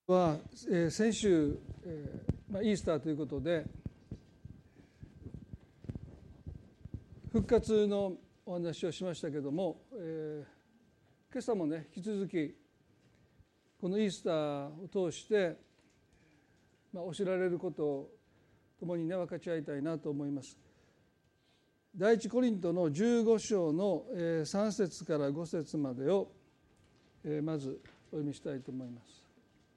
は、先週、イースターということで復活のお話をしましたけども、今朝もね引き続きこのイースターを通して、教えられることを共にね分かち合いたいなと思います。第一コリントの15章の3節から5節までをまずお読みしたいと思います。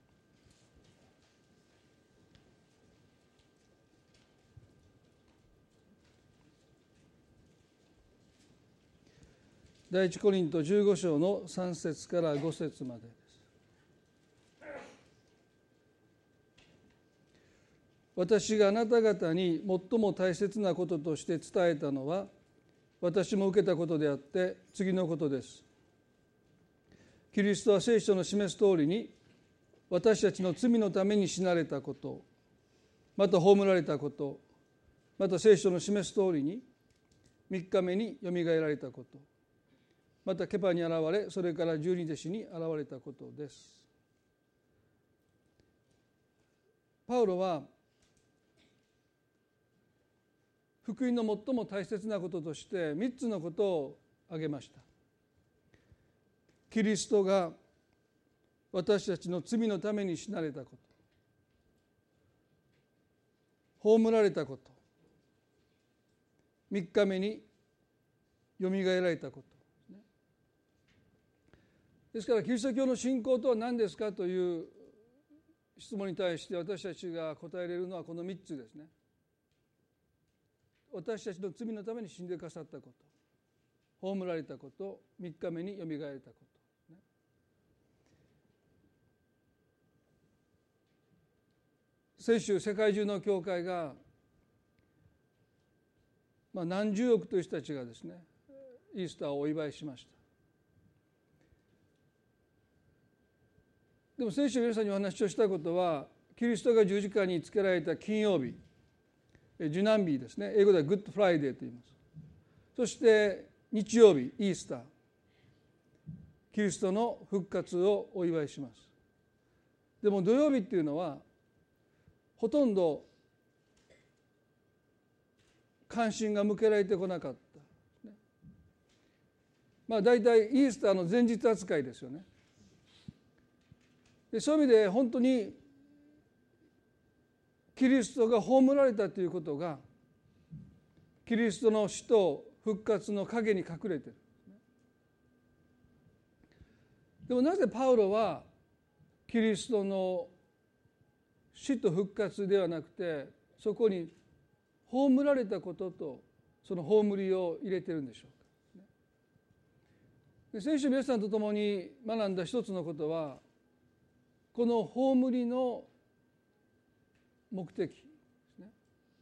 第一コリント15章の3節から5節までです。私があなた方に最も大切なこととして伝えたのは、私も受けたことであって次のことです。キリストは聖書の示す通りに、私たちの罪のために死なれたこと、また葬られたこと、また聖書の示す通りに3日目によみがえられたこと、またケパに現れ、それから12弟子に現れたことです。パウロは福音の最も大切なこととして3つのことを挙げました。キリストが私たちの罪のために死なれたこと、葬られたこと、3日目によみがえられたことですから、キリスト教の信仰とは何ですかという質問に対して私たちが答えれるのはこの3つですね。私たちの罪のために死んでくださったこと、葬られたこと、3日目によみがえられたこと、先週世界中の教会が、何十億という人たちがですねイースターをお祝いしました。でも先週皆さんにお話をしたことは、キリストが十字架につけられた金曜日、受難日ですね、英語ではグッドフライデーと言います。そして日曜日、イースター、キリストの復活をお祝いします。でも土曜日っていうのはほとんど関心が向けられてこなかった。だいたいイースターの前日扱いですよね。でそういう意味で本当にキリストが葬られたということがキリストの死と復活の陰に隠れている。でもなぜパウロはキリストの死と復活ではなくて、そこに葬られたこととその葬りを入れているんでしょうか。で先週皆さんと共に学んだ一つのことは、この葬りの目的ですね。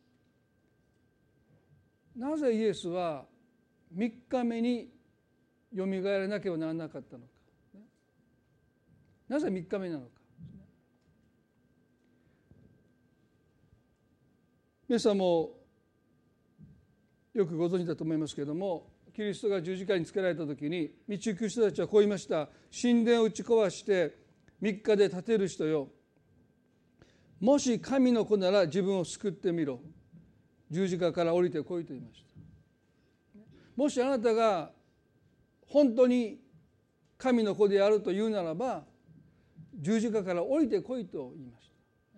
なぜイエスは3日目によみがえらなければならなかったのか、なぜ3日目なのか。皆さんもよくご存知だと思いますけれども、キリストが十字架につけられた時に道行く人たちはこう言いました。神殿を打ち壊して3日で建てる人よ、もし神の子なら自分を救ってみろ、十字架から降りてこいと言いました。もしあなたが本当に神の子であるというならば、十字架から降りてこいと言いました。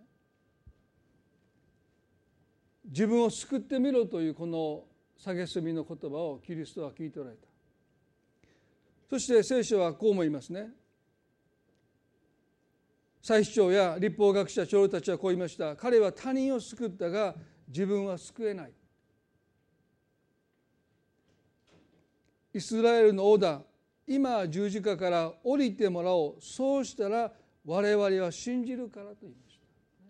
自分を救ってみろというこの蔑みの言葉をキリストは聞いておられた。そして聖書はこうも言いますね。祭司長や律法学者長老たちはこう言いました。彼は他人を救ったが自分は救えない。イスラエルの王だ、今十字架から降りてもらおう、そうしたら我々は信じるからと言いました。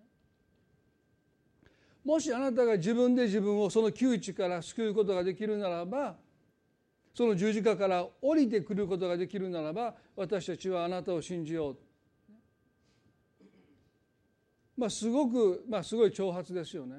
もしあなたが自分で自分をその窮地から救うことができるならば、その十字架から降りてくることができるならば、私たちはあなたを信じよう。すごい挑発ですよね。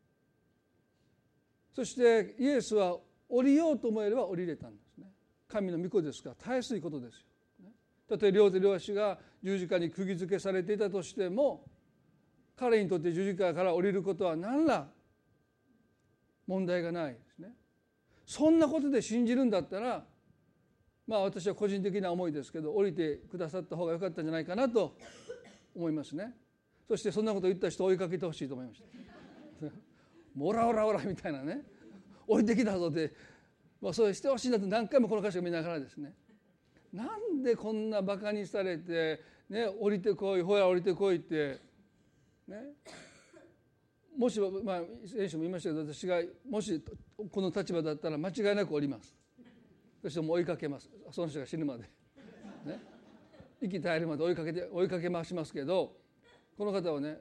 そしてイエスは降りようと思えば降りれたんですね。神の御子ですからたやすいことですよ。 たとえ両手両足が十字架に釘付けされていたとしても、彼にとって十字架から降りることは何ら問題がないですね。そんなことで信じるんだったら、私は個人的な思いですけど、降りてくださった方が良かったんじゃないかなと思いますね。そしてそんなことを言った人を追いかけてほしいと思いました。オラオラオラみたいなね、降りてきたぞで、そうしてほしいなと何回もこの歌詞を見ながらですね、なんでこんなバカにされて、ね、降りてこい、ほら降りてこいって、ね、もし、先週も言いましたけど、私がもしこの立場だったら間違いなく降ります。そしてもう追いかけます。その人が死ぬまで、ね、息絶えるまで追いかけ回しますけど、この方はね、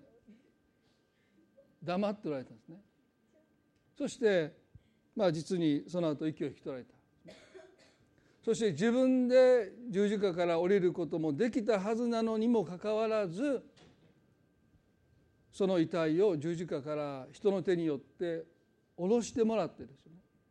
黙っておられたんですね。そして、実にその後息を引き取られた。そして自分で十字架から降りることもできたはずなのにもかかわらず、その遺体を十字架から人の手によって下ろしてもらってですね、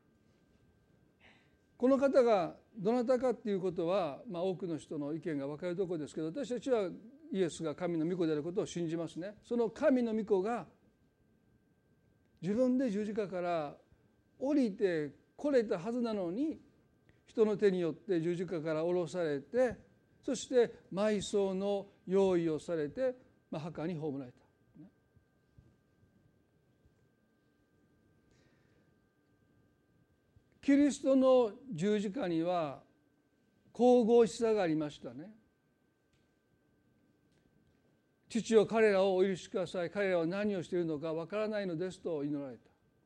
この方がどなたかっていうことは、多くの人の意見が分かるところですけど、私たちはイエスが神の御子であることを信じますね。その神の御子が自分で十字架から降りてこれたはずなのに、人の手によって十字架から下ろされて、そして埋葬の用意をされて、墓に葬られた。キリストの十字架には神々しさがありましたね。父よ、彼らをお許しください。彼らは何をしているのかわからないのですと祈られた。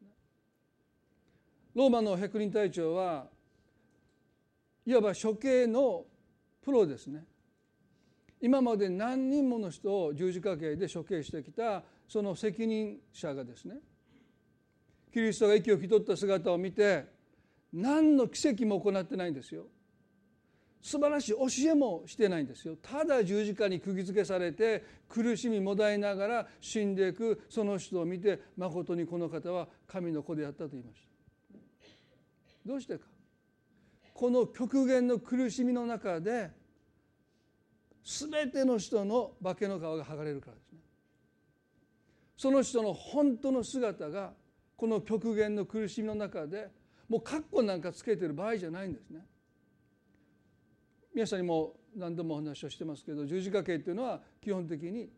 ローマのヘクリン隊長はいわば処刑のプロですね。今まで何人もの人を十字架刑で処刑してきたその責任者がですね、キリストが息を引き取った姿を見て、何の奇跡も行ってないんですよ。素晴らしい教えもしてないんですよ。ただ十字架に釘付けされて苦しみもだえながら死んでいくその人を見て、誠にこの方は神の子であったと言いました。どうしてか。この極限の苦しみの中で全ての人の化けの皮が剥がれるからですね。その人の本当の姿がこの極限の苦しみの中でもうカッコなんかつけてる場合じゃないんですね。皆さんにも何度もお話をしてますけど、十字架刑っていうのは基本的に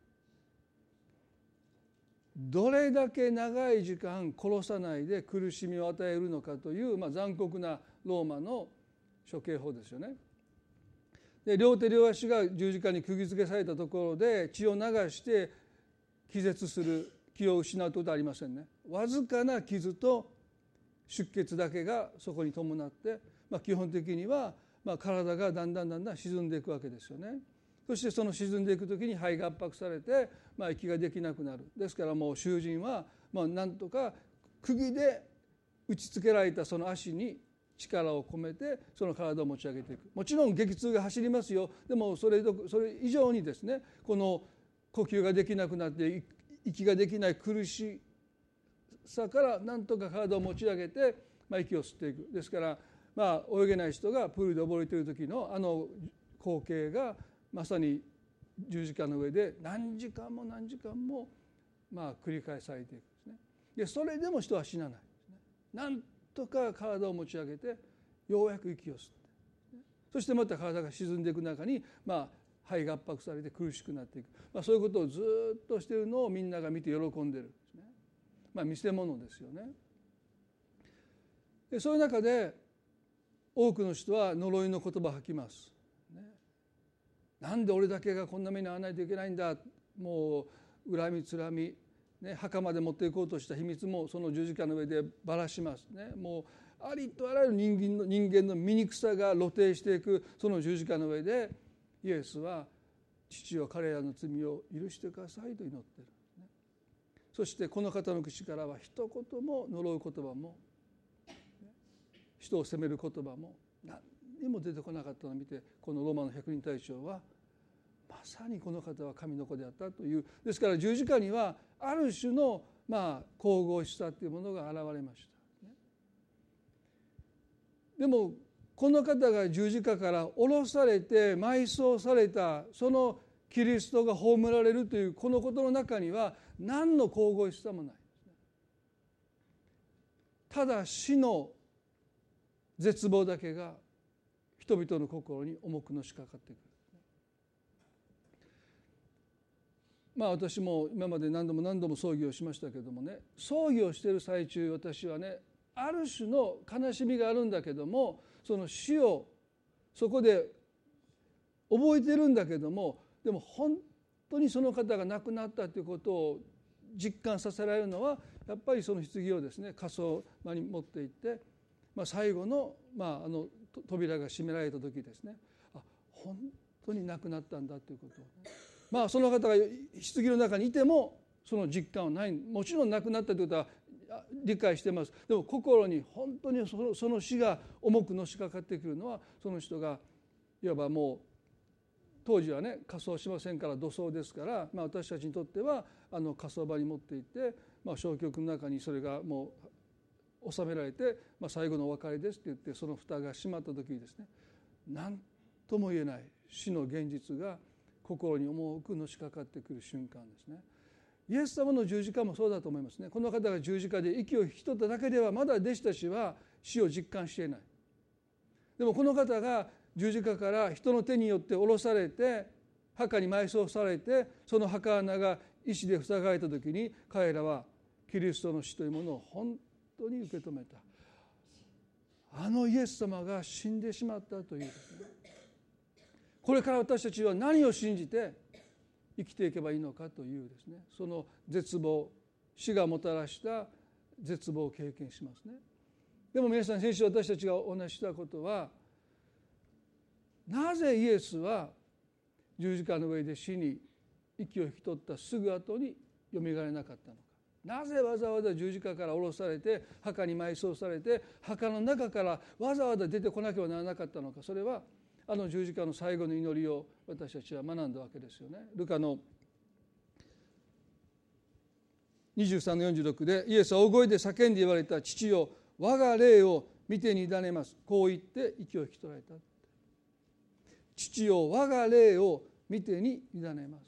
どれだけ長い時間殺さないで苦しみを与えるのかという、残酷なローマの処刑法ですよね。で、両手両足が十字架に釘付けされたところで血を流して気絶する、気を失うことはありませんね。わずかな傷と出血だけがそこに伴って、基本的には体がだんだん沈んでいくわけですよね。そしてその沈んでいく時に肺が圧迫されて、息ができなくなる。ですからもう囚人はなんとか釘で打ちつけられたその足に力を込めてその体を持ち上げていく。もちろん激痛が走りますよ。でもそれ以上にですね、この呼吸ができなくなって息ができない苦しさからなんとか体を持ち上げて、息を吸っていく。ですから泳げない人がプールで溺れている時のあの光景がまさに十字架の上で何時間も繰り返されていくんですね。でそれでも人は死なないですね。なんとか体を持ち上げてようやく息を吸って、そしてまた体が沈んでいく中に肺が圧迫されて苦しくなっていく、そういうことをずっとしているのをみんなが見て喜んでいるんですね。見せ物ですよね。でそういう中で多くの人は呪いの言葉を吐きます、なんで俺だけがこんな目に遭わないといけないんだ。もう恨みつらみ、墓まで持っていこうとした秘密もその十字架の上でばらしますね。もうありとあらゆる人間の醜さが露呈していくその十字架の上で、イエスは父よ彼らの罪を許してくださいと祈っているんですね。そしてこの方の口からは一言も呪う言葉も人を責める言葉も何にも出てこなかったのを見て、このローマの百人隊長はまさにこの方は神の子であったという。ですから十字架にはある種の神々しさというものが現れました。でもこの方が十字架から下ろされて埋葬されたそのキリストが葬られるというこのことの中には何の神々しさもない。ただ死の絶望だけが人々の心に重くのしかかってくる。私も今まで何度も葬儀をしましたけどもね、葬儀をしている最中、私はね、ある種の悲しみがあるんだけども、その死をそこで覚えてるんだけども、でも本当にその方が亡くなったということを実感させられるのは、やっぱりその棺をですね、火葬場に持って行って、最後の、扉が閉められた時ですね、本当に亡くなったんだということをね、その方が棺の中にいてもその実感はない。もちろん亡くなったということは理解してます。でも心に本当にその死が重くのしかかってくるのは、その人がいわばもう当時はね、火葬しませんから土葬ですから、私たちにとっては火葬場に持っていって、焼却の中にそれがもう収められて、最後のお別れですって言って、その蓋が閉まった時にですね、何とも言えない死の現実が心に重くのしかかってくる瞬間ですね。イエス様の十字架もそうだと思いますね。この方が十字架で息を引き取っただけではまだ弟子たちは死を実感していない。でもこの方が十字架から人の手によって下ろされて墓に埋葬されて、その墓穴が石で塞がれた時に、彼らはキリストの死というものを本当に受け止めた。あのイエス様が死んでしまったというですね、これから私たちは何を信じて生きていけばいいのかというですね、その絶望、死がもたらした絶望を経験しますね。でも皆さん、先週私たちがお話ししたことは、なぜイエスは十字架の上で死に息を引き取ったすぐ後によみがえらなかったのか。なぜわざわざ十字架から下ろされて墓に埋葬されて墓の中からわざわざ出てこなければならなかったのか。それはあの十字架の最後の祈りを私たちは学んだわけですよね。ルカの23の46で、イエスは大声で叫んで言われた。父よ、我が霊を見てに委ねます。こう言って息を引き取られた。父よ、我が霊を見てに委ねます。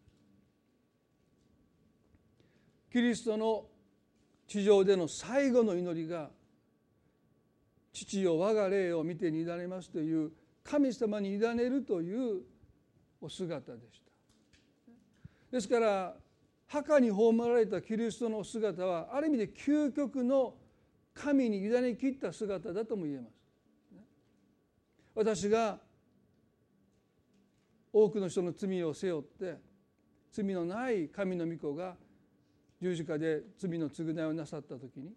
キリストの地上での最後の祈りが、父よ、我が霊を見てに委ねますという神様に委ねるというお姿でした。ですから墓に葬られたキリストの姿は、ある意味で究極の神に委ね切った姿だとも言えます。私が多くの人の罪を背負って、罪のない神の御子が十字架で罪の償いをなさったときに、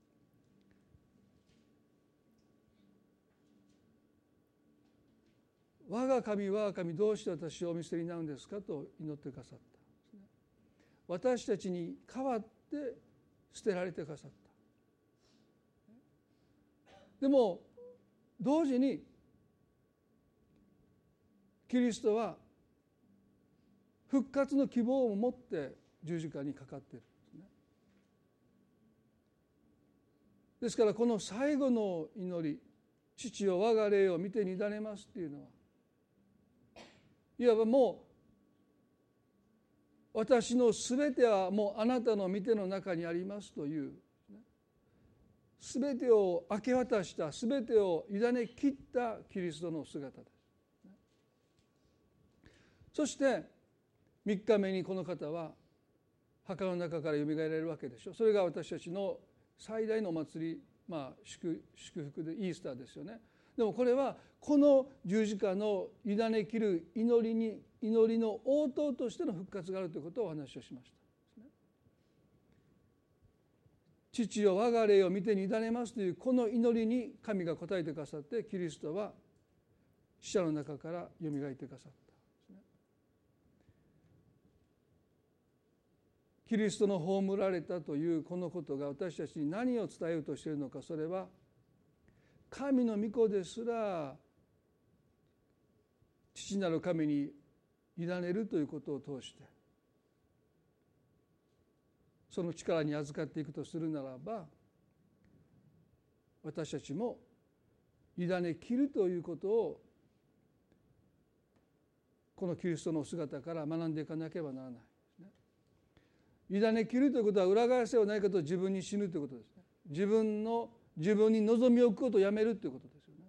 我が神どうして私をお見捨てになるんですかと祈ってくださった。私たちに代わって捨てられてくださった。でも同時にキリストは復活の希望を持って十字架にかかっているんですね。ですからこの最後の祈り、父よ我が霊を見てに委ねますっていうのは、いわばもう私のすべてはもうあなたの御手の中にありますという、すべてを明け渡した、すべてを委ね切ったキリストの姿です。そして3日目にこの方は墓の中からよみがえられるわけでしょ。それが私たちの最大のお祭り、祝福でイースターですよね。でもこれはこの十字架の委ね切る祈りの応答としての復活があるということをお話をしました。父よ我が霊を見てに委ねますというこの祈りに神が応えてくださって、キリストは死者の中からよみがえってくださった。キリストの葬られたというこのことが私たちに何を伝えようとしているのか。それは神の御子ですら父なる神に委ねるということを通して、その力に預かっていくとするならば、私たちも委ね切るということをこのキリストの姿から学んでいかなければならないですね。委ね切るということは裏返せはないかと自分に死ぬということですね。自分に望みを置くことをやめるということですよ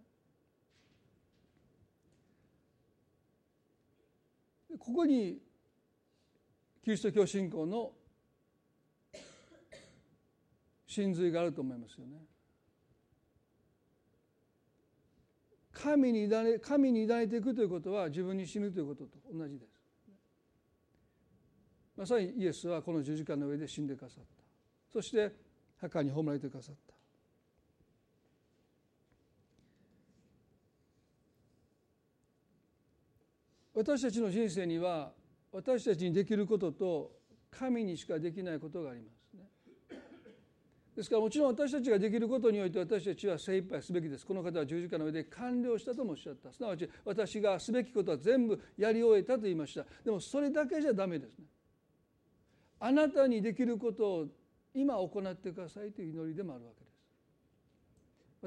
ね。ここにキリスト教信仰の真髄があると思いますよね。神に委ねていくということは自分に死ぬということと同じです。まさにイエスはこの十字架の上で死んでくださった。そして墓に葬られてくださった。私たちの人生には私たちにできることと神にしかできないことがありますね。ですからもちろん私たちができることにおいて私たちは精一杯すべきです。この方は十字架の上で完了したともおっしゃった。すなわち私がすべきことは全部やり終えたと言いました。でもそれだけじゃダメですね。あなたにできることを今行ってくださいという祈りでもあるわけです。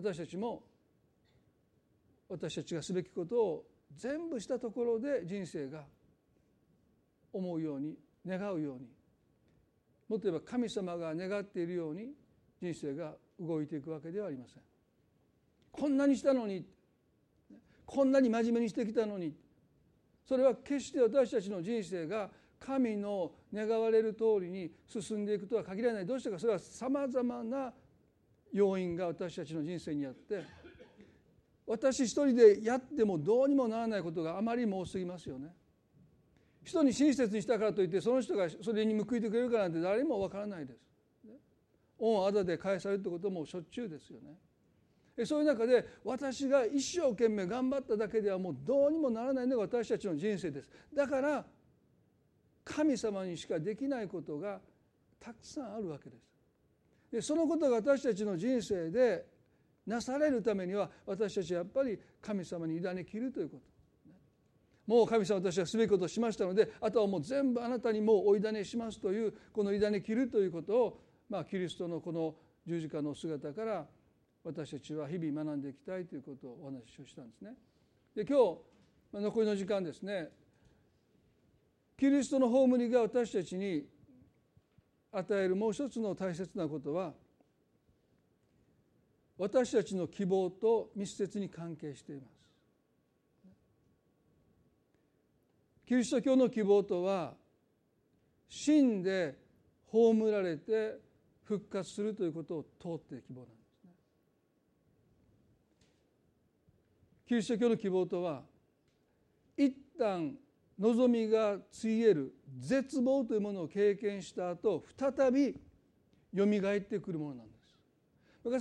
私たちも私たちがすべきことを全部したところで人生が思うように願うように、もっと言えば神様が願っているように人生が動いていくわけではありません。こんなにしたのに、こんなに真面目にしてきたのに、それは決して私たちの人生が神の願われる通りに進んでいくとは限らない。どうしてか、それはさまざまな要因が私たちの人生にあって、私一人でやってもどうにもならないことがあまりにも多すぎますよね。人に親切にしたからといってその人がそれに報いてくれるかなんて誰もわからないです。恩あだで返されるということもしょっちゅうですよね。そういう中で私が一生懸命頑張っただけではもうどうにもならないのが私たちの人生です。だから神様にしかできないことがたくさんあるわけです。でそのことが私たちの人生でなされるためには私たちはやっぱり神様に委ね切るということ。もう神様、私はすべきことをしましたので、あとはもう全部あなたにもうお委ねしますというこの委ね切るということを、キリストのこの十字架の姿から私たちは日々学んでいきたいということをお話をしたんですね。で今日残りの時間ですね、キリストの葬りが私たちに与えるもう一つの大切なことは、私たちの希望と密接に関係しています。キリスト教の希望とは、死んで葬られて復活するということを通っている希望なんですね。キリスト教の希望とは、一旦望みがついえる絶望というものを経験した後、再びよみがえってくるものなんです。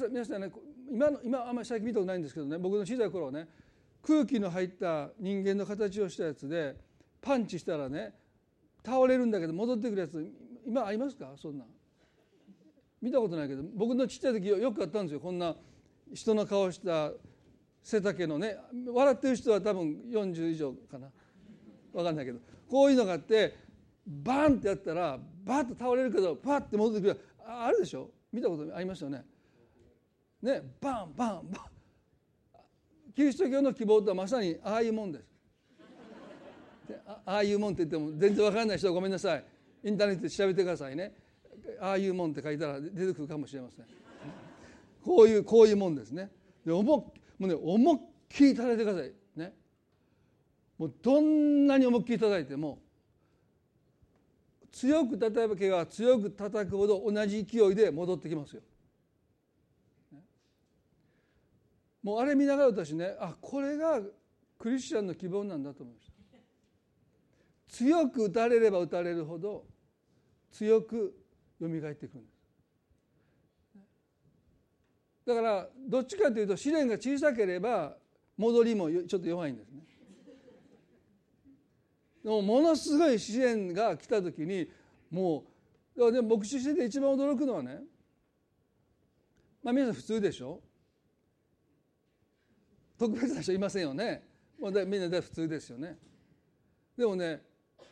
皆さんね、今あんまり最近見たことないんですけどね、僕の小さい頃ね、空気の入った人間の形をしたやつでパンチしたらね倒れるんだけど戻ってくるやつ今ありますか？そんな見たことないけど、僕のちっちゃい時よくあったんですよ。こんな人の顔した背丈のね、笑ってる人は多分40以上かな、分かんないけど、こういうのがあってバーンってやったらバーッと倒れるけどパッて戻ってくる、あるでしょ。見たことありますよね。ね、バンバンバン。キリスト教の希望とはまさにああいうもんです。ああいうもんって言っても全然わからない人はごめんなさい。インターネットで調べてくださいね。ああいうもんって書いたら出てくるかもしれません。こういうもんですね。で思いっきり叩いてくださいね。もうどんなに思いっきり叩いても、強く叩けば強く叩くほど同じ勢いで戻ってきますよ。もうあれ見ながら私ね、これがクリスチャンの希望なんだと思いました。強く打たれれば打たれるほど強くよみがえってくるんです。だからどっちかというと試練が小さければ戻りもちょっと弱いんですね。でもものすごい試練が来た時にもうでも牧師してて一番驚くのはね、皆さん普通でしょ。特別な人いませんよね。もうみんな普通ですよね。でもね、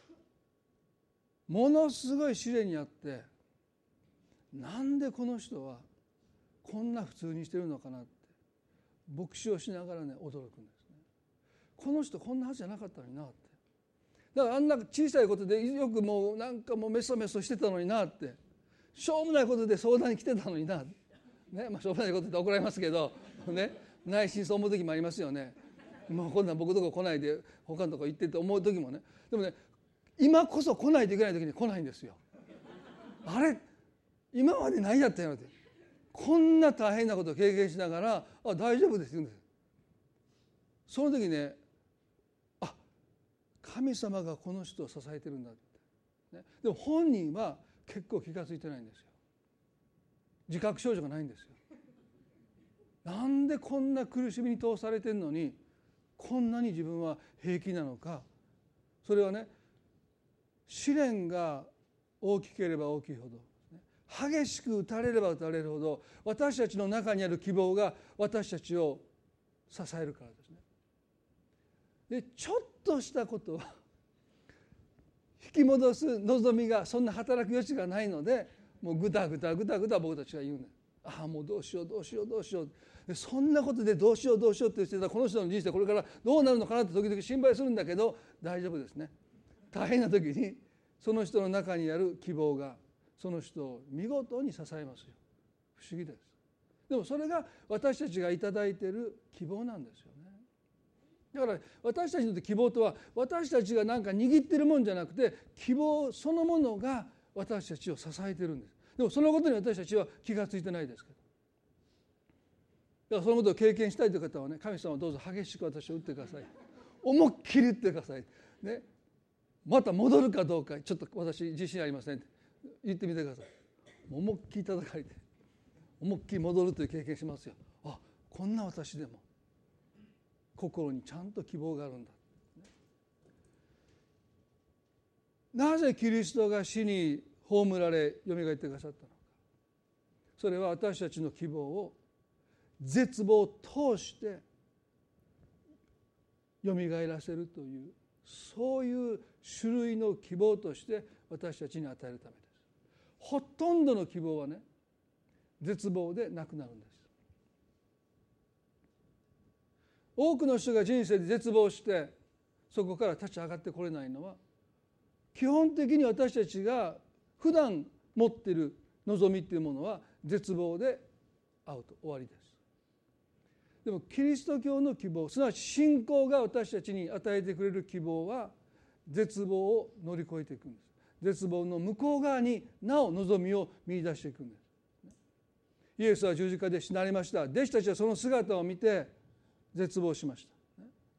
ものすごい試練にあって、なんでこの人はこんな普通にしてるのかなって牧師をしながらね驚くんですね。この人こんなはずじゃなかったのになって。だからあんな小さいことでよくもうなんかもうメソメソしてたのになって、しょうもないことで相談に来てたのにな、ね、しょうもないことで怒られますけどね、内心そう思う時もありますよね。もうこんなん僕のとこ来ないで他のとこ行ってって思う時もね。でもね、今こそ来ないといけない時に来ないんですよ。あれ今まで何やったんやろって、こんな大変なことを経験しながら大丈夫ですって言うんです。その時ね、神様がこの人を支えてるんだって、ね、でも本人は結構気がついてないんですよ。自覚症状がないんですよ。なんでこんな苦しみに通されてるのにこんなに自分は平気なのか。それはね、試練が大きければ大きいほど、激しく打たれれば打たれるほど、私たちの中にある希望が私たちを支えるからですね。でちょっとしたことは引き戻す望みがそんな働く余地がないので、もうぐだぐだぐだぐだ僕たちが言うんです。もうどうしようどうしようどうしよう。でそんなことでどうしようどうしようって言ってたこの人の人生これからどうなるのかなって時々心配するんだけど、大丈夫ですね。大変な時にその人の中にある希望がその人を見事に支えますよ。不思議です。でもそれが私たちがいただいている希望なんですよね。だから私たちにとって希望とは私たちが何か握ってるもんじゃなくて、希望そのものが私たちを支えてるんです。でもそのことに私たちは気がついてないですけど、だからそのことを経験したいという方はね、神様どうぞ激しく私を打ってください、思いっきり打ってください、ね、また戻るかどうかちょっと私自信ありませんって言ってみてください。思いっきり叩かれて思いっきり戻るという経験しますよ。こんな私でも心にちゃんと希望があるんだ。なぜキリストが死に葬られよみがえってくださったのか。それは私たちの希望を絶望を通してよみがえらせるという、そういう種類の希望として私たちに与えるためです。ほとんどの希望はね、絶望でなくなるんです。多くの人が人生で絶望してそこから立ち上がってこれないのは、基本的に私たちが普段持っている望みっていうものは絶望でアウト、終わりです。でもキリスト教の希望、すなわち信仰が私たちに与えてくれる希望は絶望を乗り越えていくんです。絶望の向こう側になお望みを見出していくんです。イエスは十字架で死なれました。弟子たちはその姿を見て絶望しました。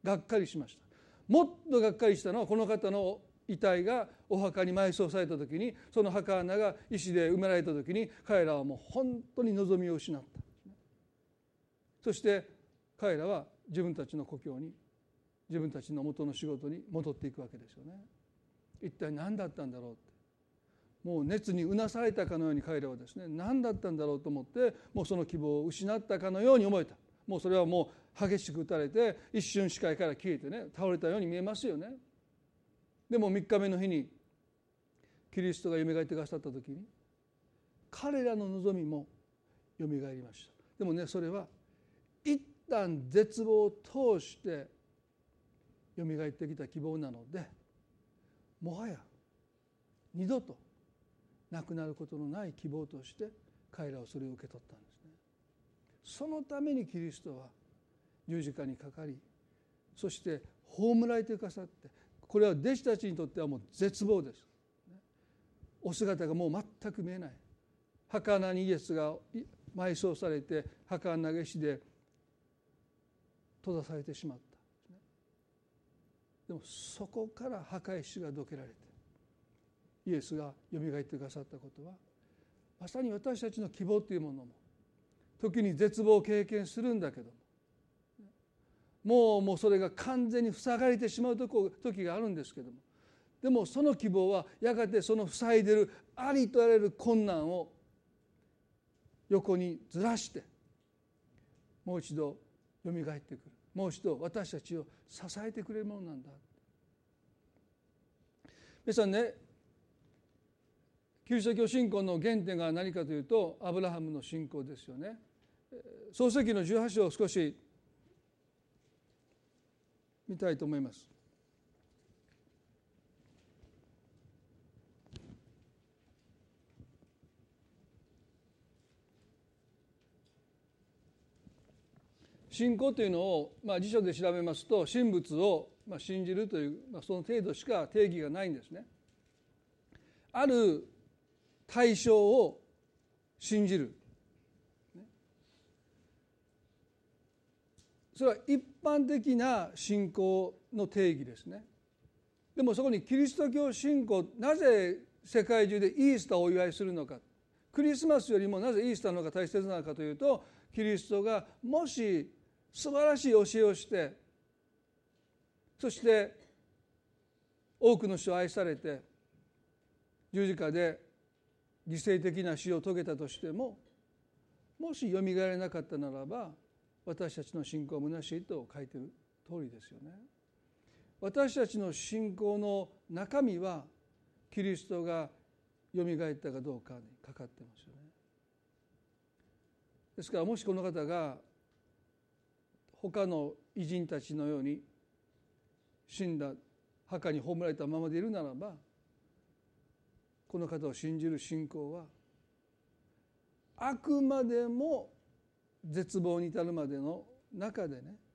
がっかりしました。もっとがっかりしたのはこの方の遺体がお墓に埋葬された時に、その墓穴が石で埋められた時に彼らはもう本当に望みを失った。そして彼らは自分たちの故郷に、自分たちの元の仕事に戻っていくわけですよね。一体何だったんだろうって、もう熱にうなされたかのように彼らはですね、何だったんだろうと思って、もうその希望を失ったかのように思えた。もうそれはもう激しく打たれて一瞬視界から消えてね、倒れたように見えますよね。でも3日目の日にキリストがよみがえってくださった時に、彼らの望みもよみがえりました。でもね、それは一旦絶望を通してよみがえってきた希望なので、もはや二度となくなることのない希望として彼らはそれを受け取ったんですね。そのためにキリストは十字架にかかり、そして葬られてくださって、これは弟子たちにとってはもう絶望です。お姿がもう全く見えない。墓穴にイエスが埋葬されて、墓穴が石で閉ざされてしまった。でもそこから墓石がどけられてイエスがよみがえってくださったことは、まさに私たちの希望というものも時に絶望を経験するんだけども、もうそれが完全に塞がれてしまう時があるんですけども、でもその希望はやがてその塞いでいるありとあらゆる困難を横にずらしてもう一度よみがえってくる、もう一度私たちを支えてくれるものなんだ。皆さんね、キリスト教信仰の原点が何かというとアブラハムの信仰ですよね。創世記の18章を少しみたいと思います。信仰というのを、辞書で調べますと、神仏を信じるという、その程度しか定義がないんですね。ある対象を信じる、それは一般的な信仰の定義ですね。でもそこにキリスト教信仰、なぜ世界中でイースターをお祝いするのか、クリスマスよりもなぜイースターの方が大切なのかというと、キリストがもし素晴らしい教えをして、そして多くの人を愛されて十字架で犠牲的な死を遂げたとしても、もしよみがえれなかったならば、私たちの信仰は虚しいと書いている通りですよね。私たちの信仰の中身はキリストがよみがえったかどうかにかかってますよね。ですから、もしこの方が他の偉人たちのように死んだ、墓に葬られたままでいるならば、この方を信じる信仰はあくまでも絶望に至るまでの中でね、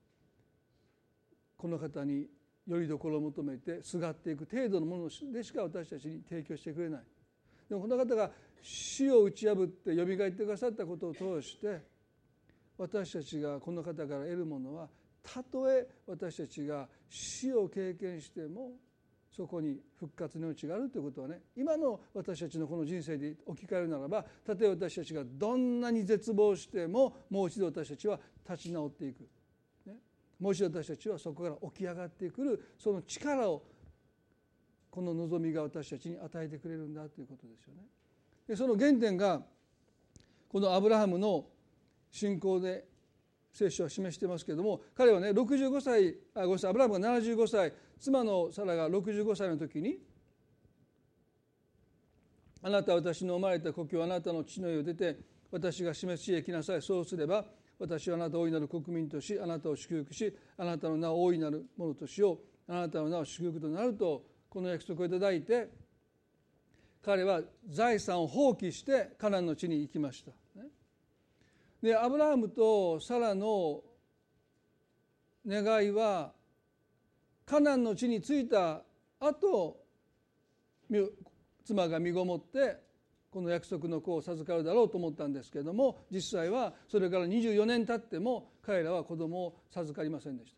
この方によりどころを求めてすがっていく程度のものでしか私たちに提供してくれない。でもこの方が死を打ち破ってよみがえってくださったことを通して、私たちがこの方から得るものは、たとえ私たちが死を経験してもそこに復活の命があるということはね、今の私たちのこの人生で置き換えるならば、たとえ私たちがどんなに絶望しても、もう一度私たちは立ち直っていく、ね、もう一度私たちはそこから起き上がってくる、その力をこの望みが私たちに与えてくれるんだということですよね。でその原点がこのアブラハムの信仰で聖書は示していますけれども、彼はね65歳、アブラハムが75歳、妻のサラが65歳の時に、あなたは私の生まれた故郷、あなたの地の家を出て私が示す地へ来なさい。そうすれば私はあなたを大いなる国民とし、あなたを祝福し、あなたの名を大いなるものとしよう。あなたの名を祝福となると、この約束をいただいて、彼は財産を放棄してカナンの地に行きました。でアブラハムとサラの願いは、カナンの地に着いた後、妻が身ごもってこの約束の子を授かるだろうと思ったんですけれども、実際はそれから24年経っても彼らは子供を授かりませんでした。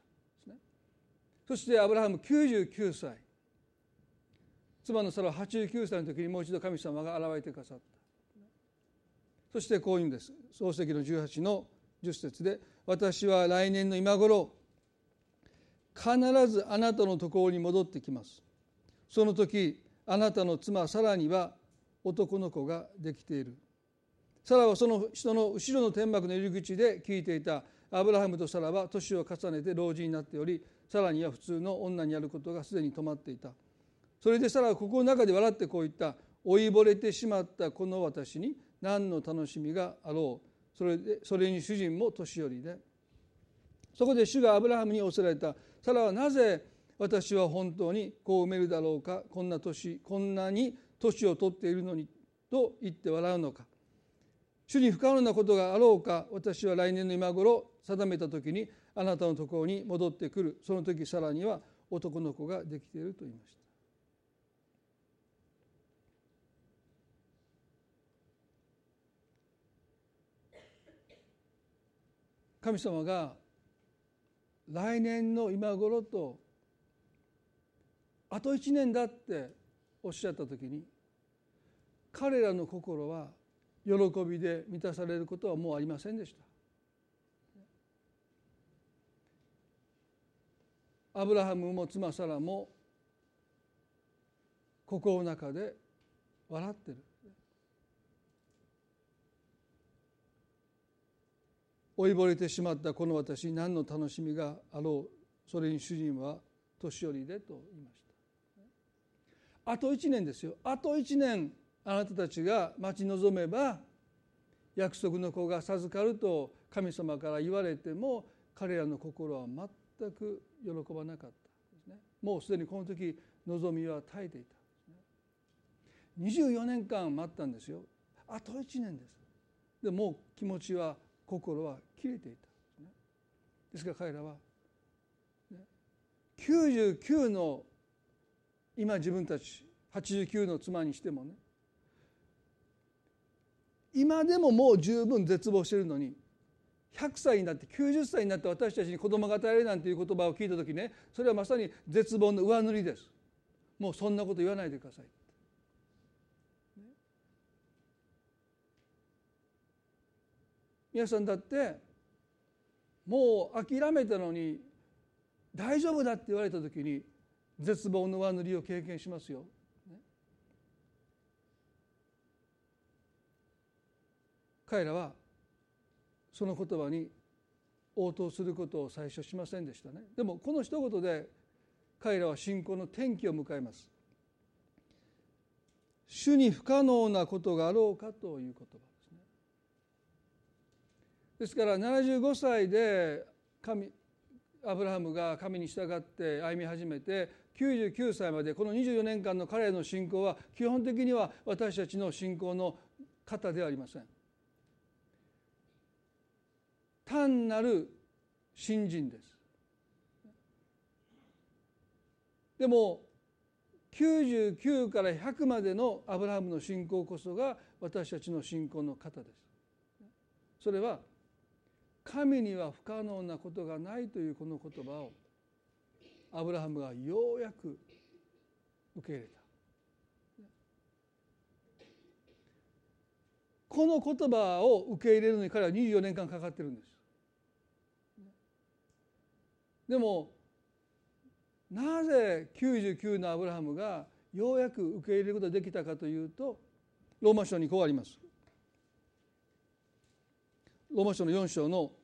そしてアブラハム99歳、妻のサラは89歳の時にもう一度神様が現れてくださった。そしてこういうんです。創世記の18の10節で、私は来年の今頃必ずあなたのところに戻ってきます。その時あなたの妻サラには男の子ができている。サラはその人の後ろの天幕の入り口で聞いていた。アブラハムとサラは年を重ねて老人になっており、サラには普通の女にあることがすでに止まっていた。それでサラは心の中で笑ってこう言った。老いぼれてしまったこの私に何の楽しみがあろう。それに主人も年寄りで。そこで主がアブラハムに仰せられた。サラはなぜ私は本当に子を産めるだろうか、こんなに年を取っているのにと言って笑うのか。主に不可能なことがあろうか。私は来年の今頃定めた時にあなたのところに戻ってくる。その時サラには男の子ができていると言いました。神様が来年の今頃とあと1年だっておっしゃった時に、彼らの心は喜びで満たされることはもうありませんでした。アブラハムも妻サラも心の中で笑ってる。老いぼれてしまったこの私に何の楽しみがあろう。それに主人は年寄りでと言いました。あと1年ですよ。あと1年あなたたちが待ち望めば約束の子が授かると神様から言われても、彼らの心は全く喜ばなかったですね。もうすでにこの時望みは絶えていた。24年間待ったんですよ。あと1年です。でもう気持ちは心は切れていた。ですから彼らは99の今自分たち89の妻にしてもね、今でももう十分絶望しているのに、100歳になって90歳になって私たちに子供が与えられるなんていう言葉を聞いたときね、それはまさに絶望の上塗りです。もうそんなこと言わないでください。皆さんだってもう諦めたのに大丈夫だって言われたときに絶望の上塗りを経験しますよ。彼らはその言葉に応答することを最初しませんでしたね。でもこの一言で彼らは信仰の転機を迎えます。主に不可能なことがあろうかという言葉ですね。ですから75歳でアブラハムが神に従って歩み始めて99歳までこの24年間の彼らの信仰は基本的には私たちの信仰の型ではありません。単なる信心です。でも99から100までのアブラハムの信仰こそが私たちの信仰の型です。それは神には不可能なことがないというこの言葉をアブラハムがようやく受け入れた。この言葉を受け入れるのに彼は24年間かかってるんです。でもなぜ99のアブラハムがようやく受け入れることができたかというと、ローマ書にこうあります。ローマ書の4章の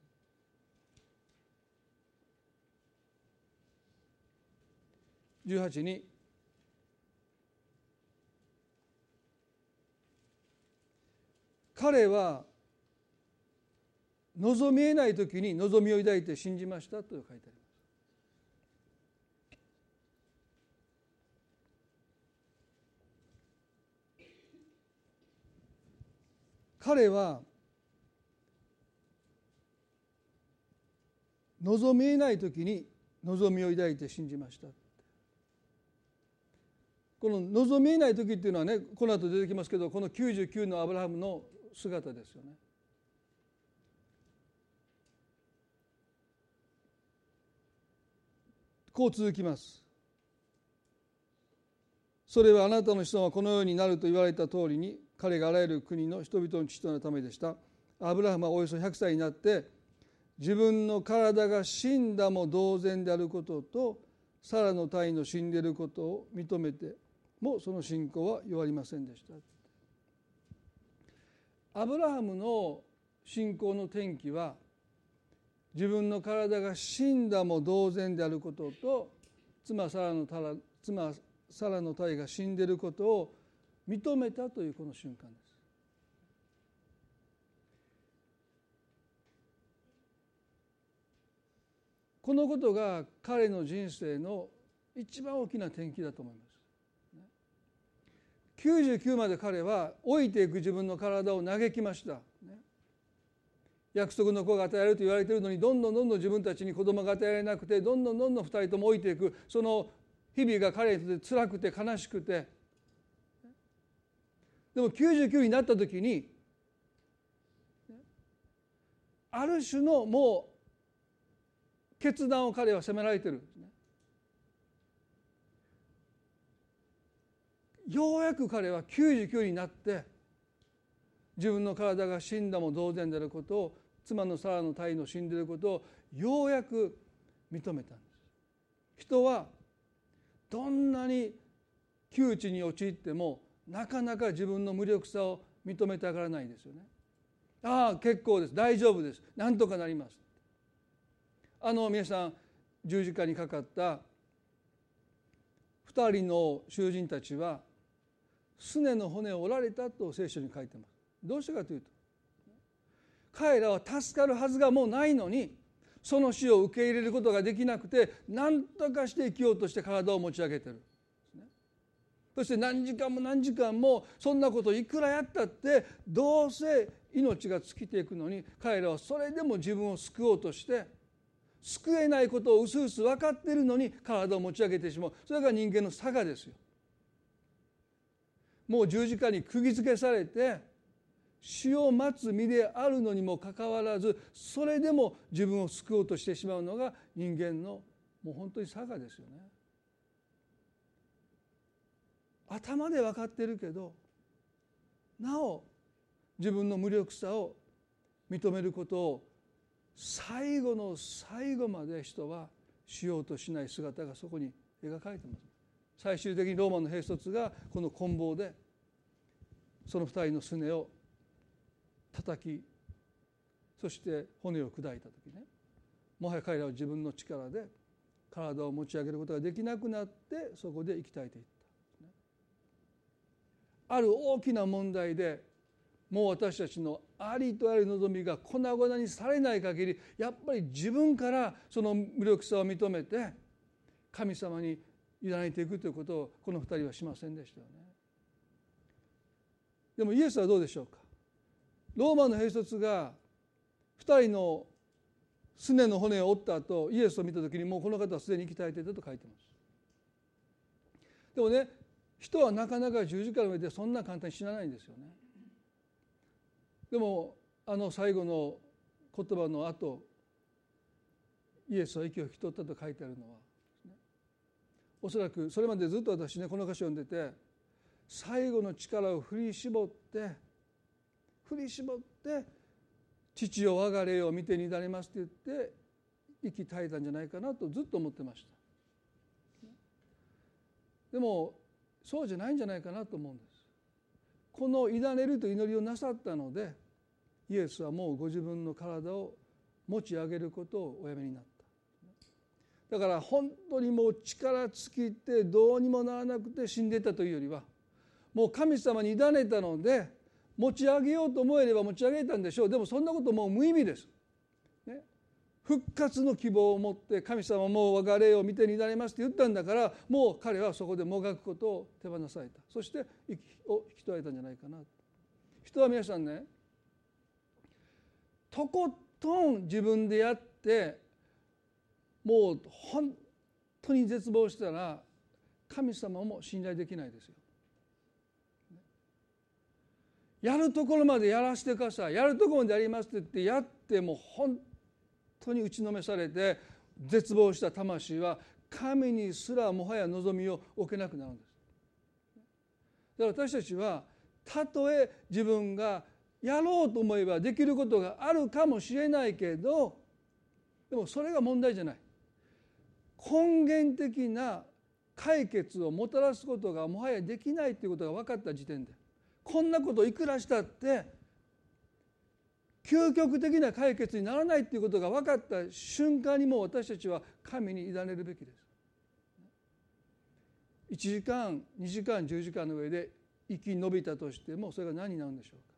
18に彼は望みえないときに望みを抱いて信じましたと書いてあります。彼は望みえないときに望みを抱いて信じました。この望みえない時っていうのはね、この後出てきますけど、この99のアブラハムの姿ですよね。こう続きます。それはあなたの子孫はこのようになると言われた通りに、彼があらゆる国の人々の父となるためでした。アブラハムはおよそ100歳になって自分の体が死んだも同然であることとサラの胎の死んでいることを認めてもその信仰は弱りませんでした。アブラハムの信仰の転機は自分の体が死んだも同然であることと妻サラの胎が死んでいることを認めたというこの瞬間です。このことが彼の人生の一番大きな転機だと思います。99まで彼は老いていく自分の体を嘆きました。約束の子が与えられると言われているのにどんどん自分たちに子供が与えられなくてどんどん2人とも老いていく、その日々が彼にとって辛くて悲しくて、でも99になった時にある種のもう決断を彼は迫られているんですね。ようやく彼は99になって自分の体が死んだも同然であることを、妻のサラの胎の死んでいることをようやく認めたんです。人はどんなに窮地に陥ってもなかなか自分の無力さを認めたがらないですよね。ああ結構です、大丈夫です、なんとかなります。皆さん十字架にかかった2人の囚人たちはすねの骨を折られたと聖書に書いてます。どうしてかというと、彼らは助かるはずがもうないのにその死を受け入れることができなくて、何とかして生きようとして体を持ち上げてる。そして何時間も何時間もそんなことをいくらやったってどうせ命が尽きていくのに、彼らはそれでも自分を救おうとして救えないことをうすうす分かっているのに体を持ち上げてしまう。それが人間の性ですよ。もう十字架に釘付けされて死を待つ身であるのにもかかわらず、それでも自分を救おうとしてしまうのが人間のもう本当に性ですよね。頭で分かってるけど、なお自分の無力さを認めることを最後の最後まで人はしようとしない姿がそこに描かれています。最終的にローマの兵卒がこの棍棒でその二人のすねを叩き、そして骨を砕いた時ね、もはや彼らは自分の力で体を持ち上げることができなくなって、そこで息絶えていった。ある大きな問題でもう私たちのありとある望みが粉々にされない限り、やっぱり自分からその無力さを認めて神様に委ねていくということをこの二人はしませんでしたよね。でもイエスはどうでしょうか。ローマの兵卒が二人のすねの骨を折った後、イエスを見た時にもうこの方はすでに息絶えていたと書いてます。でもね、人はなかなか十字架の上でそんな簡単に死なないんですよね。でも最後の言葉の後、イエスは息を引き取ったと書いてあるのは、おそらくそれまでずっと私ね、この箇所を読んでて、最後の力を振り絞って父よ我が霊を見てにだれますって言って息絶えたんじゃないかなとずっと思ってました。でもそうじゃないんじゃないかなと思うんです。この委ねると祈りをなさったので、イエスはもうご自分の体を持ち上げることをおやめになった。だから本当にもう力尽きてどうにもならなくて死んでいたというよりは、もう神様に委ねたので持ち上げようと思えれば持ち上げたんでしょう。でもそんなこともう無意味です、ね、復活の希望を持って神様も我が霊を見てになりますって言ったんだから、もう彼はそこでもがくことを手放された。そして息を引き取られたんじゃないかな。人は皆さんね、とことん自分でやってもう本当に絶望したら神様も信頼できないですよ。やるところまでやらせてください、やるところまでやりますって言ってやっても本当に打ちのめされて絶望した魂は神にすらもはや望みを置けなくなるんです。だから私たちはたとえ自分がやろうと思えばできることがあるかもしれないけど、でもそれが問題じゃない。根源的な解決をもたらすことがもはやできないということが分かった時点で、こんなことをいくらしたって究極的な解決にならないということが分かった瞬間にもう私たちは神に委ねるべきです。1時間2時間10時間の上で生き延びたとしてもそれが何になるんでしょうか。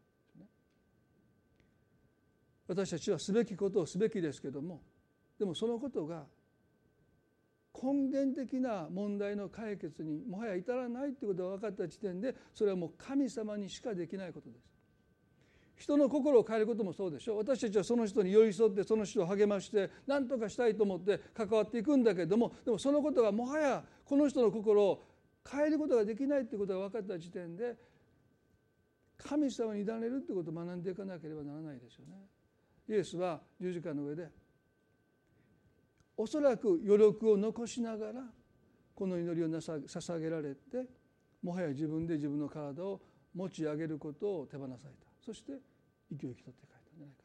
私たちはすべきことをすべきですけども、でもそのことが根源的な問題の解決にもはや至らないということが分かった時点で、それはもう神様にしかできないことです。人の心を変えることもそうでしょう。私たちはその人に寄り添ってその人を励まして何とかしたいと思って関わっていくんだけれども、でもそのことがもはやこの人の心を変えることができないということが分かった時点で、神様に委ねるということを学んでいかなければならないですよね。イエスは十字架の上でおそらく余力を残しながらこの祈りを捧げられて、もはや自分で自分の体を持ち上げることを手放された。そして息を引き取って帰ったんじゃないかな。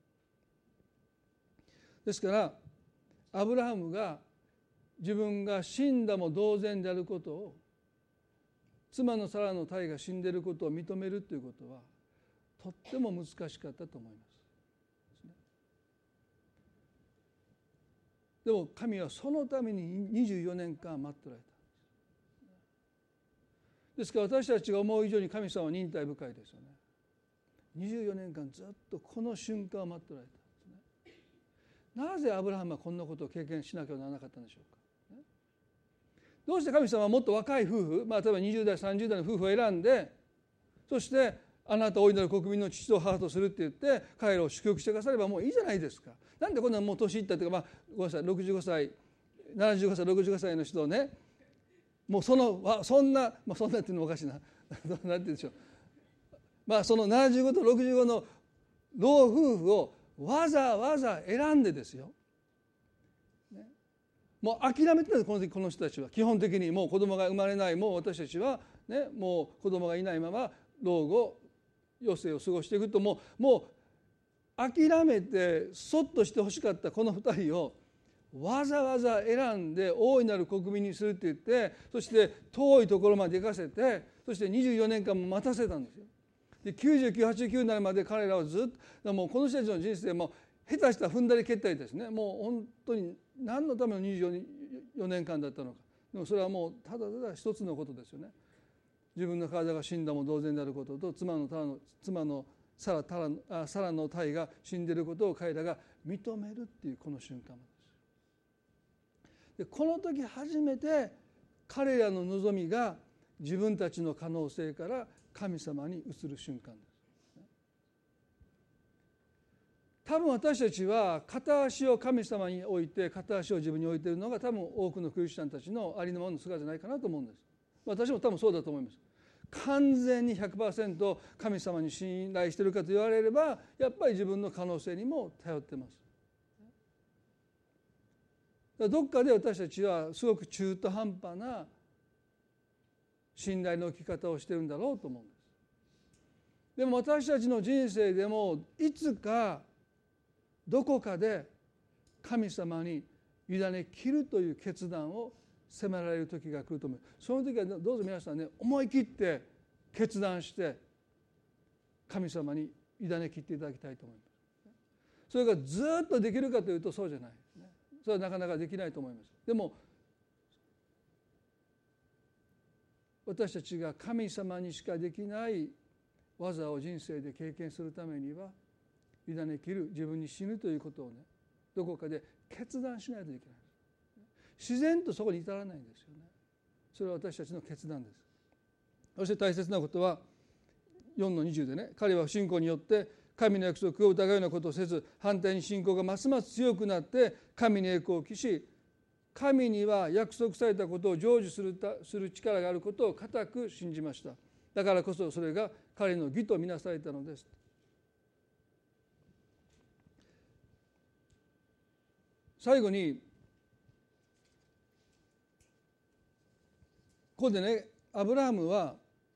ですからアブラハムが自分が死んだも同然であることを、妻のサラの胎が死んでいることを認めるということはとっても難しかったと思います。でも神はそのために24年間待っておられた。ですから私たちが思う以上に神様は忍耐深いですよね。24年間ずっとこの瞬間を待っておられたんですね。 なぜアブラハムはこんなことを経験しなきゃならなかったんでしょうか。どうして神様はもっと若い夫婦、例えば20代30代の夫婦を選んで、そしてあなた大いなる国民の父と母とするって言って彼らを祝福してくださればもういいじゃないですか。なんでこんなもう年いったというか、ごめんなさい、65歳75歳65歳の人をね、もうそんなっていうのもおかしいななんて言うんでしょう、その75と65の老夫婦をわざわざ選んでですよ、もう諦めてるんです。この時この人たちは基本的にもう子供が生まれない、もう私たちはね、もう子供がいないまま老後余生を過ごしていくと、もう諦めてそっとしてほしかったこの2人をわざわざ選んで大いなる国民にするって言って、そして遠いところまで行かせて、そして24年間も待たせたんですよ。で99、89になるまで彼らはずっと、もうこの人たちの人生も下手したら踏んだり蹴ったりですね、もう本当に何のための24年間だったのか。でもそれはもうただただ一つのことですよね。自分の体が死んだも同然であることと、妻のサラの体が死んでいることを彼らが認めるっていうこの瞬間です。でこの時初めて彼らの望みが自分たちの可能性から神様に移る瞬間です。多分私たちは片足を神様に置いて片足を自分に置いているのが多分多くのクリスチャンたちのありのままの姿じゃないかなと思うんです。私も多分そうだと思います。完全に 100% 神様に信頼しているかと言われれば、やっぱり自分の可能性にも頼っています。どっかで私たちはすごく中途半端な信頼の置き方をしているんだろうと思うんです。でも私たちの人生でもいつかどこかで神様に委ね切るという決断を迫られる時が来ると思う。その時はどうぞ皆さんね、思い切って決断して神様に委ね切っていただきたいと思います。それがずっとできるかというとそうじゃないですね。それはなかなかできないと思います。でも私たちが神様にしかできない技を人生で経験するためには、委ね切る、自分に死ぬということをね、どこかで決断しないといけない。自然とそこに至らないんですよね。それは私たちの決断です。そして大切なことは4の20でね、彼は信仰によって神の約束を疑うようなことをせず、反対に信仰がますます強くなって神に栄光を期し、神には約束されたことを成就する力があることを固く信じました。だからこそそれが彼の義とみなされたのです。最後にここでね、アブラハムは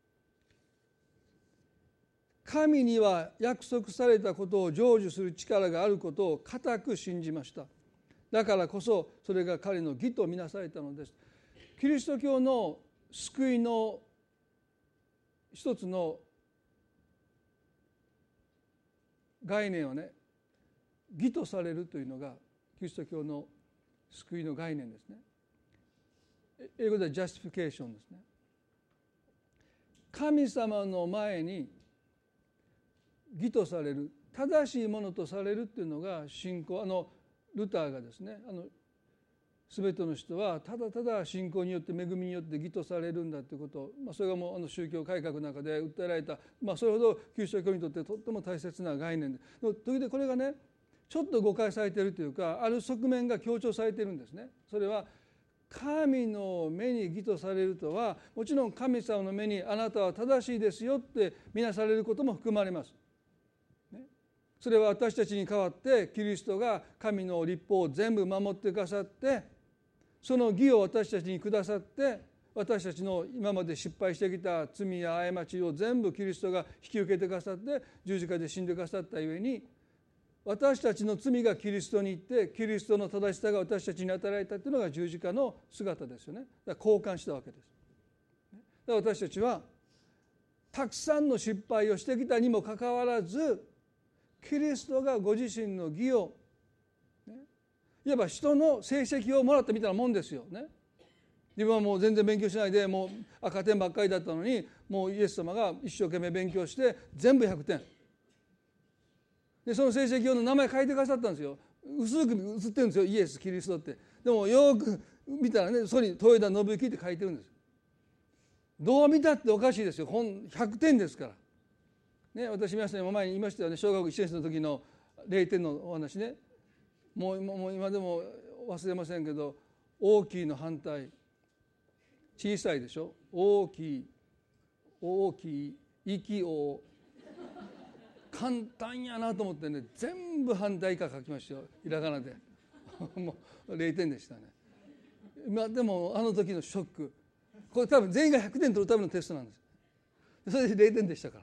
神には約束されたことを成就する力があることを固く信じました。だからこそそれが彼の義とみなされたのです。キリスト教の救いの一つの概念はね、義とされるというのがキリスト教の救いの概念ですね。英語ではジャスティフィケーションですね。神様の前に義とされる、正しいものとされるっていうのが信仰。ルターがですね、全ての人はただただ信仰によって恵みによって義とされるんだということ、それがもう宗教改革の中で訴えられた、それほどキリスト教にとってとっても大切な概念で、時々これがねちょっと誤解されているというか、ある側面が強調されているんですね。それは神の目に義とされるとは、もちろん神様の目にあなたは正しいですよって見なされることも含まれます。それは私たちに代わってキリストが神の律法を全部守ってくださって、その義を私たちにくださって、私たちの今まで失敗してきた罪や過ちを全部キリストが引き受けてくださって十字架で死んでくださったゆえに、私たちの罪がキリストに行ってキリストの正しさが私たちに与えられたというのが十字架の姿ですよね。だから交換したわけです。だから私たちはたくさんの失敗をしてきたにもかかわらず、キリストがご自身の義を、いわば人の成績をもらったみたいなもんですよね。自分はもう全然勉強しないでもう赤点ばっかりだったのに、もうイエス様が一生懸命勉強して全部100点で、その成績表の名前書いてくださったんですよ。 薄く映ってるんですよ、イエス・キリストって。でもよく見たらね、そこに豊田信之って書いてるんです。どう見たっておかしいですよ。100点ですから、ね、私皆さんに前に言いましたよね。小学1年生の時の0点のお話ね。もう今でも忘れませんけど、大きいの反対小さいでしょ。大きい息を簡単やなと思ってね、全部反対以下書きましたよ、ひらがなでもう0点でしたね。でもあの時のショック、これ多分全員が100点取るためのテストなんです。それで0点でしたから、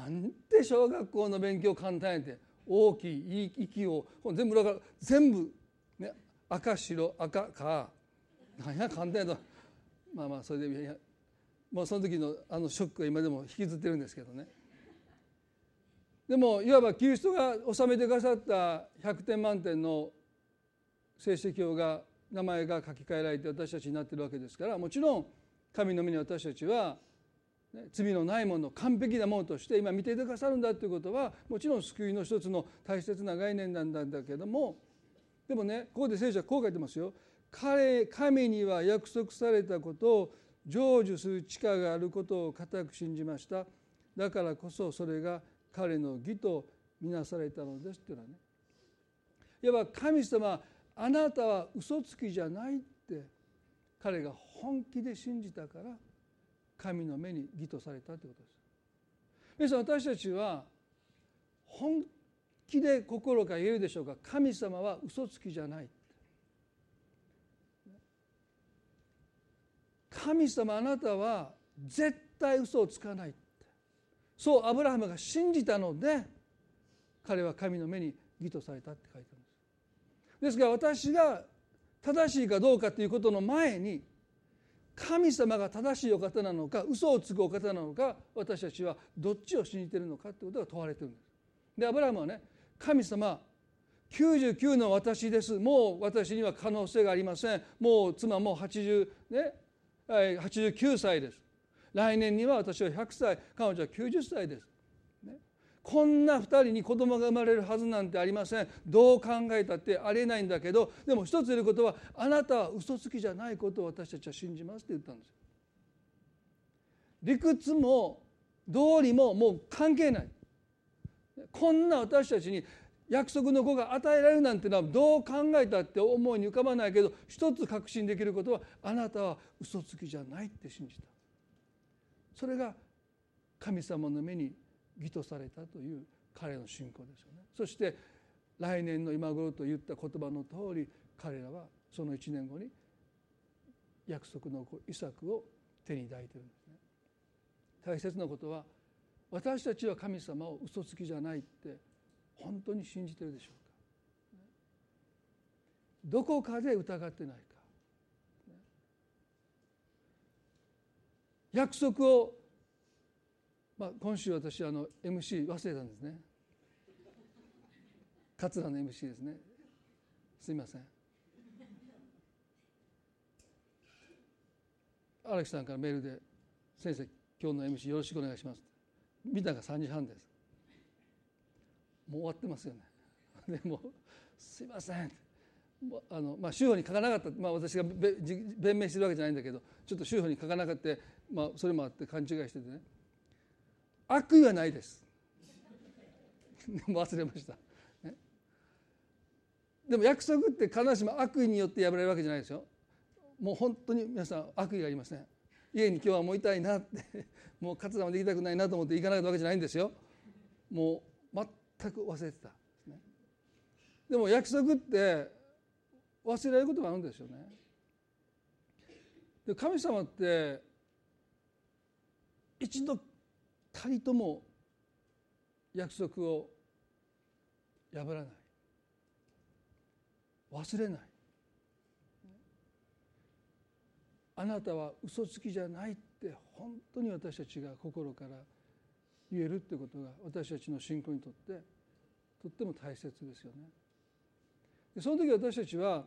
なんで小学校の勉強簡単やって、大きい息を全部だから全部、ね、赤白赤かなんや簡単やと、まあそれでもうその時のあのショックが今でも引きずってるんですけどね。でもいわばキリストが収めてくださった100点満点の聖書表が名前が書き換えられて私たちになっているわけですから、もちろん神の目に私たちは、ね、罪のないもの、完璧なものとして今見ていてくださるんだということはもちろん救いの一つの大切な概念なんだけども、でもね、ここで聖書はこう書いてますよ。神には約束されたことを成就する力があることを固く信じました。だからこそそれが彼の義とみなされたのですっていうのはね、いわば神様、あなたは嘘つきじゃないって彼が本気で信じたから神の目に義とされたということです。皆さん、私たちは本気で心から言えるでしょうか。神様は嘘つきじゃない。神様、あなたは絶対嘘をつかない。そうアブラハムが信じたので彼は神の目に義とされたって書いてあるんです。ですから私が正しいかどうかということの前に、神様が正しいお方なのか嘘をつくお方なのか、私たちはどっちを信じているのかということが問われているんです。でアブラハムはね、神様99の私です、もう私には可能性がありません、もう妻も89歳です、来年には私は100歳、彼女は90歳です、ね、こんな2人に子供が生まれるはずなんてありません。どう考えたってありえないんだけど、でも一つ言えることは、あなたは嘘つきじゃないことを私たちは信じますって言ったんですよ。理屈も道理ももう関係ない。こんな私たちに約束の子が与えられるなんてのはどう考えたって思いに浮かばないけど、一つ確信できることは、あなたは嘘つきじゃないって信じた。それが神様の目に義とされたという彼の信仰ですよね。そして来年の今頃と言った言葉の通り、彼らはその1年後に約束の子イサクを手に抱いているんですね。大切なことは、私たちは神様を嘘つきじゃないって本当に信じているでしょうか。どこかで疑ってないか。約束を、今週私MC 忘れたんですね。桂の MC ですね。すいません。荒木さんからメールで、先生今日の MC よろしくお願いします。見たのが3時半です。もう終わってますよね。でもすいません、週報に書かなかった、私が弁明してるわけじゃないんだけど、ちょっと週報に書かなかった、それもあって勘違いしててね、悪意はないです忘れました、ね、でも約束って必ずしも悪意によって破られるわけじゃないですよ。もう本当に皆さん悪意がありません。家に今日はもういたいなってもうカツラもできたくないなと思って行かなかったわけじゃないんですよ。もう全く忘れてた、ね、でも約束って忘れられることがあるんですよね。で神様って一度たりとも約束を破らない、忘れない。あなたは嘘つきじゃないって本当に私たちが心から言えるってことが、私たちの信仰にとってとっても大切ですよね。でその時私たちは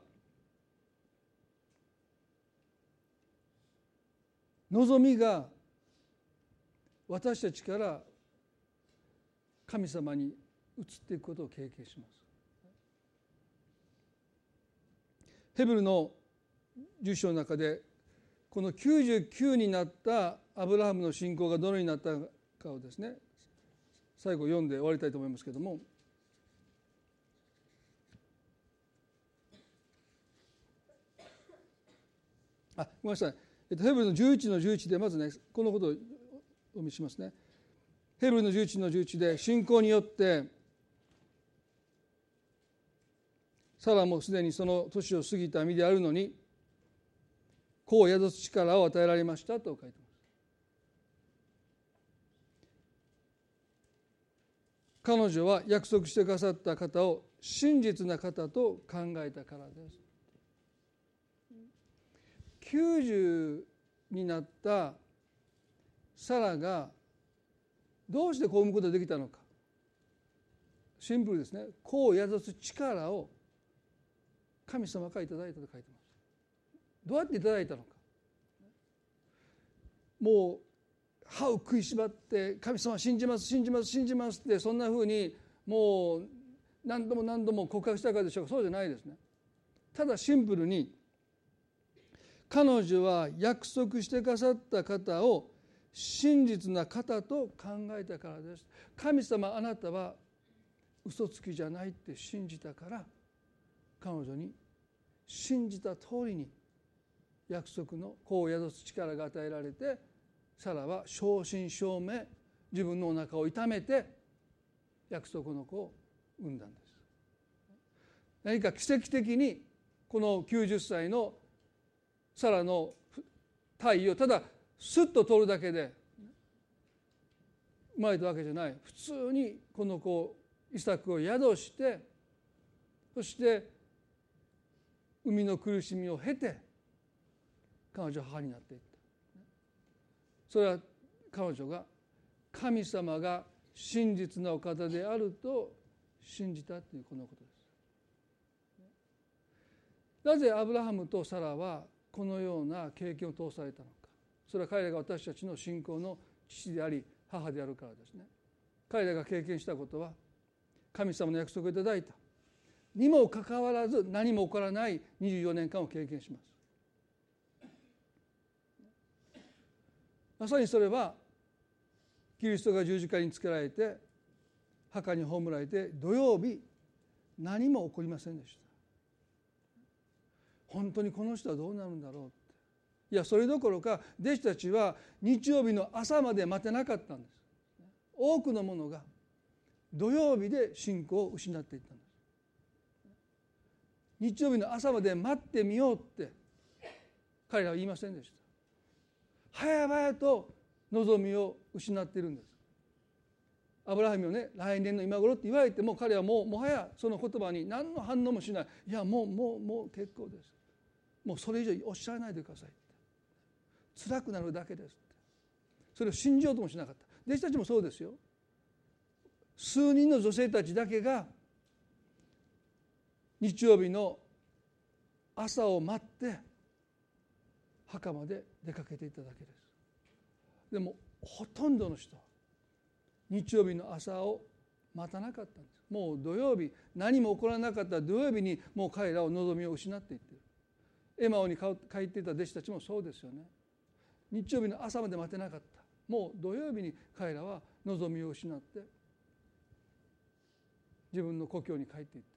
望みが私たちから神様に移っていくことを経験します。 ヘブルの10章の中でこの99になったアブラハムの信仰がどのようになったかをですね、最後読んで終わりたいと思いますけれども、ごめんなさい、ヘブルの11の11でまずねこのことをお見せしますね。ヘブルの11の11で、信仰によってサラもすでにその年を過ぎた身であるのに子を宿す力を与えられましたと書いてます。彼女は約束してくださった方を真実な方と考えたからです。90になったサラがどうして子を産むことができたのか。シンプルですね。子を宿す力を神様からいただいたと書いてます。どうやっていただいたのか。もう歯を食いしばって神様信じます信じます信じますってそんなふうにもう何度も何度も告白したからでしょうか。そうじゃないですね。ただシンプルに彼女は約束してくださった方を真実な方と考えたからです。神様あなたは嘘つきじゃないって信じたから彼女に信じた通りに約束の子を宿す力が与えられて、サラは正真正銘自分のお腹を痛めて約束の子を産んだんです。何か奇跡的にこの90歳のサラの体位をただスッと取るだけで生まれたわけじゃない。普通にこの子イサクを宿して、そして生みの苦しみを経て彼女は母になっていった。それは彼女が神様が真実なお方であると信じたというこのことです。なぜアブラハムとサラはこのような経験を通されたのか。それは彼らが私たちの信仰の父であり母であるからですね。彼らが経験したことは神様の約束をいただいたにもかかわらず何も起こらない24年間を経験します。まさにそれはキリストが十字架につけられて墓に葬られて土曜日何も起こりませんでした。本当にこの人はどうなるんだろうって。いやそれどころか弟子たちは日曜日の朝まで待てなかったんです。多くの者が土曜日で信仰を失っていったんです。日曜日の朝まで待ってみようって彼らは言いませんでした。早々と望みを失っているんです。アブラハムをね、来年の今頃って言われても彼はもはやその言葉に何の反応もしない。いやもう結構です。もうそれ以上おっしゃらないでくださいって。辛くなるだけですって。それを信じようともしなかった。弟子たちもそうですよ。数人の女性たちだけが日曜日の朝を待って墓まで出かけていっただけです。でもほとんどの人は日曜日の朝を待たなかったんです。もう土曜日何も起こらなかった土曜日にもう彼らは望みを失っていっている。エマオに帰っていた弟子たちもそうですよね。日曜日の朝まで待てなかった。もう土曜日に彼らは望みを失って自分の故郷に帰っていっている。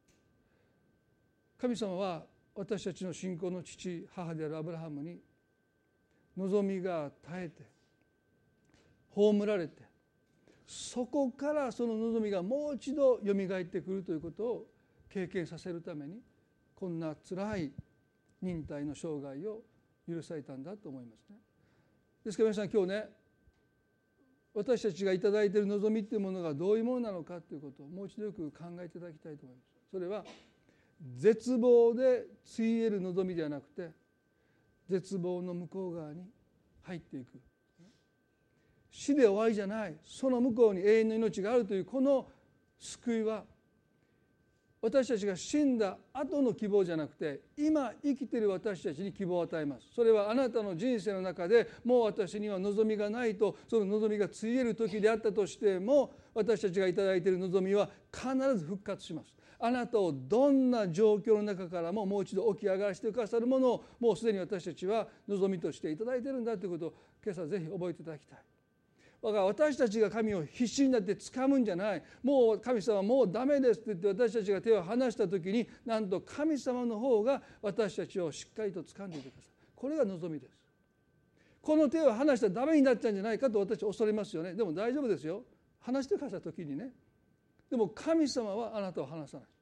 神様は私たちの信仰の父母であるアブラハムに望みが絶えて葬られて、そこからその望みがもう一度よみがえってくるということを経験させるためにこんな辛い忍耐の生涯を許されたんだと思いますね。ですから皆さん今日ね、私たちがいただいている望みというものがどういうものなのかということをもう一度よく考えていただきたいと思います。それは絶望でついえる望みではなくて絶望の向こう側に入っていく、死で終わりじゃない、その向こうに永遠の命があるというこの救いは私たちが死んだ後の希望じゃなくて今生きている私たちに希望を与えます。それはあなたの人生の中でもう私には望みがないと、その望みがついえる時であったとしても私たちがいただいている望みは必ず復活します。 あなたをどんな状況の中からももう一度起き上がらせてくださるものをもうすでに私たちは望みとしていただいているんだということを今朝ぜひ覚えていただきたい。私たちが神を必死になって掴むんじゃない。もう神様もうダメですって言って私たちが手を離した時になんと神様の方が私たちをしっかりと掴んでいてください。これが望みです。この手を離したらダメになっちゃうんじゃないかと私恐れますよね。でも大丈夫ですよ。離してくださった時にね。でも神様はあなたを離さない。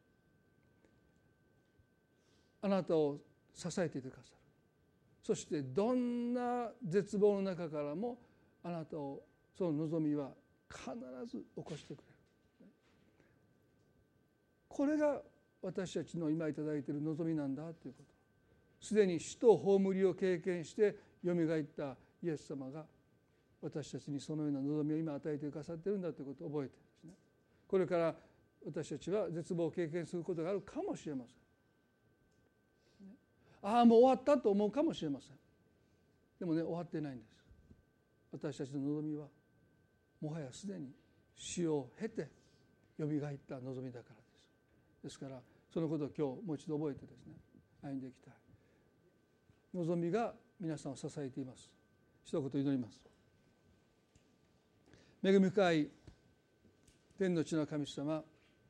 あなたを支えていてくださる。そしてどんな絶望の中からもあなたをその望みは必ず起こしてくれる。これが私たちの今いただいている望みなんだということ。すでに死と葬りを経験してよみがえったイエス様が私たちにそのような望みを今与えてくださっているんだということを覚えてですね。これから私たちは絶望を経験することがあるかもしれません。ああもう終わったと思うかもしれません。でもね、終わってないんです。私たちの望みはもはやすでに死を経てよみがえった望みだからです。ですからそのことを今日もう一度覚えてですね、歩んでいきたい。望みが皆さんを支えています。一言祈ります。恵み深い天の地の神様、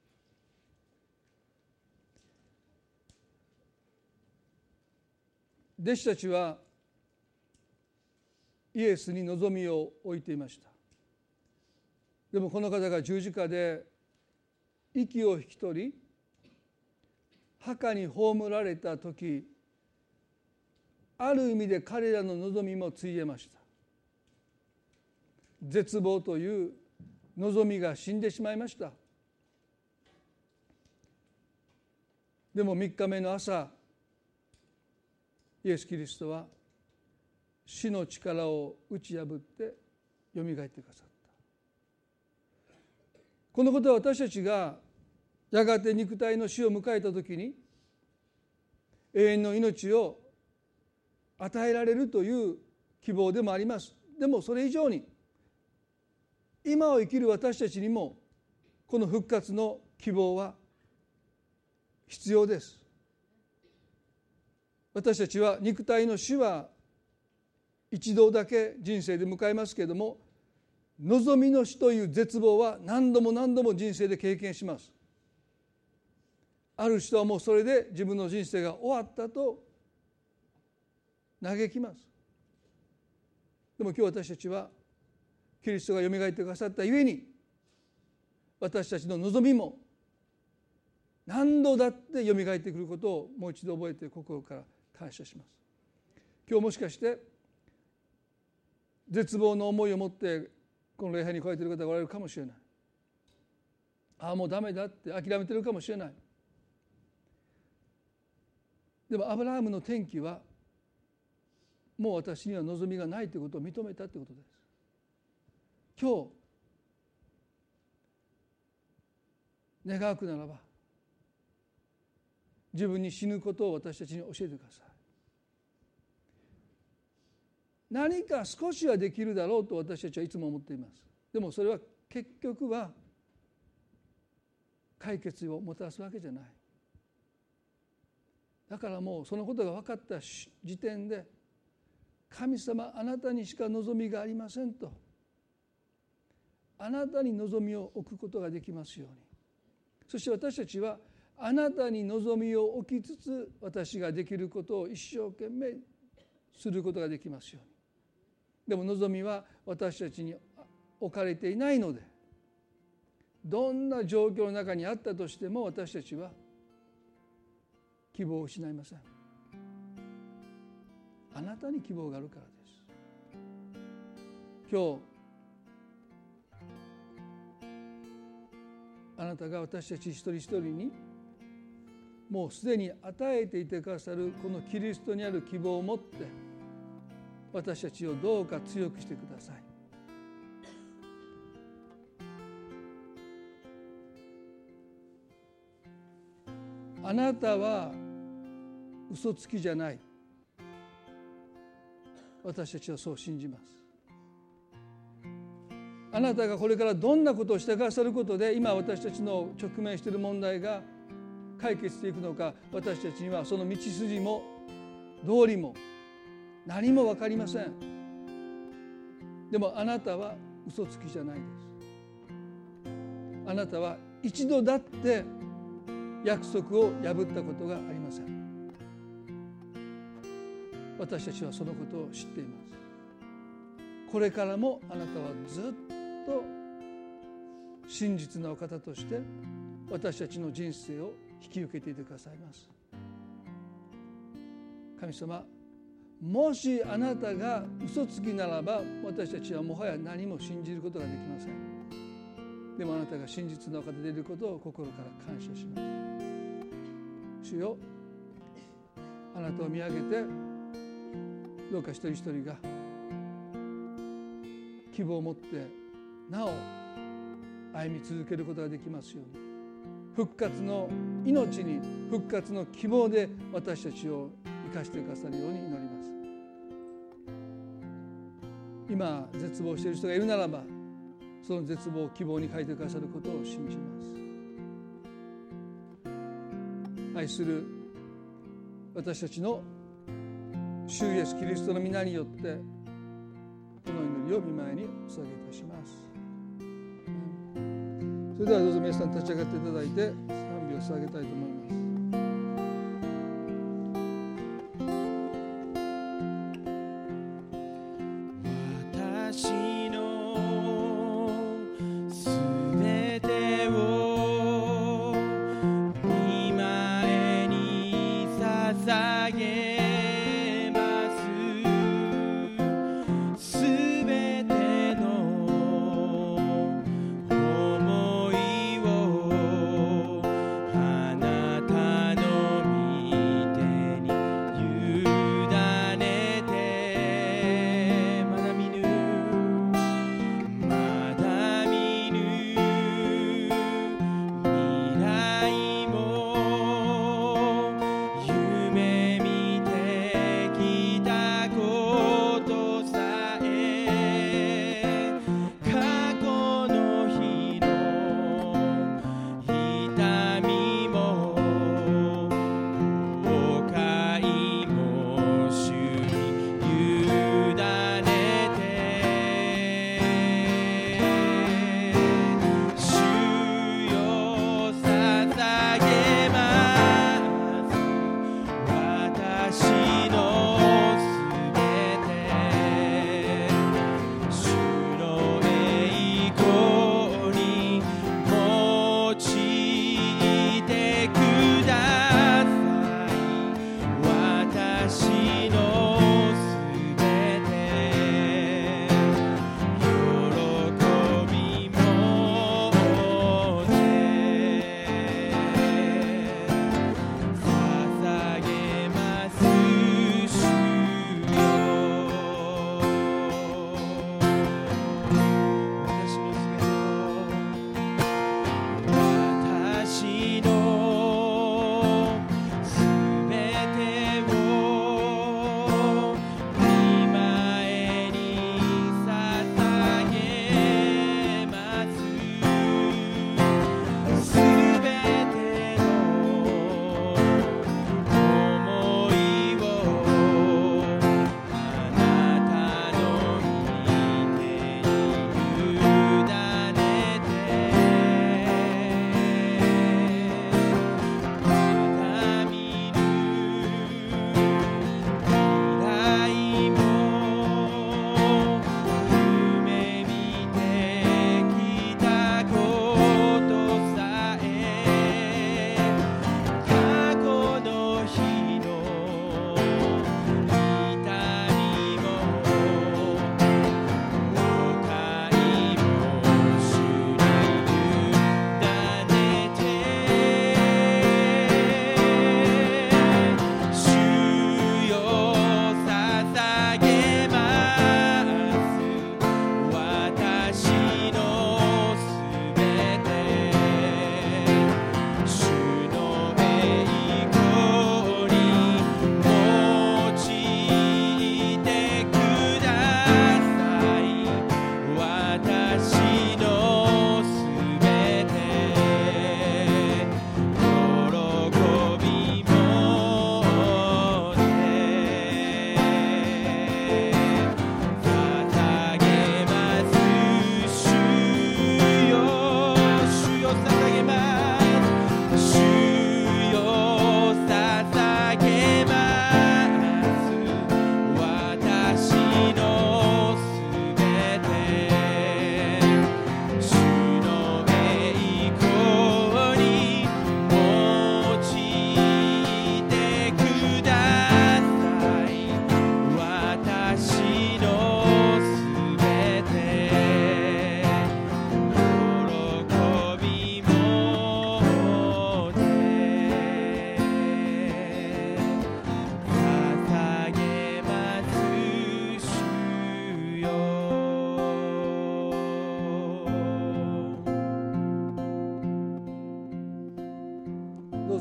弟子たちはイエスに望みを置いていました。でもこの方が十字架で息を引き取り墓に葬られた時、ある意味で彼らの望みもついえました。絶望という望みが死んでしまいました。でも3日目の朝、イエス・キリストは死の力を打ち破ってよみがえってくださった。このことは私たちがやがて肉体の死を迎えたときに永遠の命を与えられるという希望でもあります。でもそれ以上に今を生きる私たちにもこの復活の希望は必要です。私たちは肉体の死は一度だけ人生で迎えますけれども、望みの死という絶望は何度も何度も人生で経験します。ある人はもうそれで自分の人生が終わったと嘆きます。でも今日私たちはキリストがよみがえってくださったゆえに、私たちの望みも何度だってよみがえってくることをもう一度覚えて心から感謝します。今日もしかして絶望の思いを持ってこの礼拝に来られている方がおられるかもしれない。ああもうダメだって諦めているかもしれない。でもアブラハムの転機はもう私には望みがないということを認めたということです。今日願うならば自分に死ぬことを私たちに教えてください。何か少しはできるだろうと私たちはいつも思っています。でもそれは結局は解決をもたらすわけじゃない。だからもうそのことが分かった時点で、神様あなたにしか望みがありませんと、あなたに望みを置くことができますように。そして私たちはあなたに望みを置きつつ、私ができることを一生懸命することができますように。でも望みは私たちに置かれていないので、どんな状況の中にあったとしても私たちは希望を失いません。あなたに希望があるからです。今日あなたが私たち一人一人にもうすでに与えていてくださるこのキリストにある希望を持って、私たちをどうか強くしてください。あなたは嘘つきじゃない。私たちはそう信じます。あなたがこれからどんなことをしてくださることで、今私たちの直面している問題が解決していくのか、私たちにはその道筋も道理も何も分かりません。でもあなたは嘘つきじゃないです。あなたは一度だって約束を破ったことがありません。私たちはそのことを知っています。これからもあなたはずっと真実なお方として私たちの人生を引き受けていてくださいます。神様、もしあなたが嘘つきならば、私たちはもはや何も信じることができません。でもあなたが真実なお方でいることを心から感謝します。主よ、あなたを見上げて、どうか一人一人が希望を持ってなお歩み続けることができますように、復活の命に、復活の希望で私たちを生かしてくださるように祈ります。今絶望している人がいるならば、その絶望を希望に変えてくださることを信じます。愛する私たちの主イエスキリストの皆によってこの祈りを御前にお捧げいたします。それではどうぞ皆さん立ち上がっていただいて賛美を捧げたいと思います。 花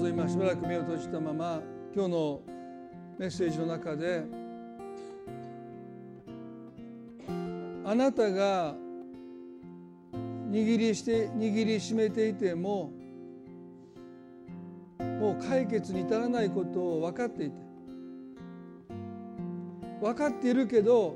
ぞ今しばらく目を閉じたまま、今日のメッセージの中で、あなたが握りしめていてももう解決に至らないことを分かっていて、分かっているけど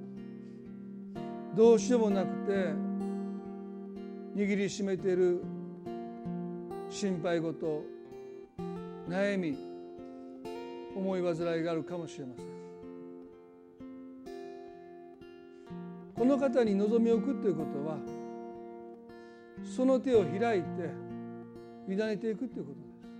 どうしようもなくて握りしめている心配事、悩み、思い煩いがあるかもしれません。この方に望みを置くということは、その手を開いて委ねていくという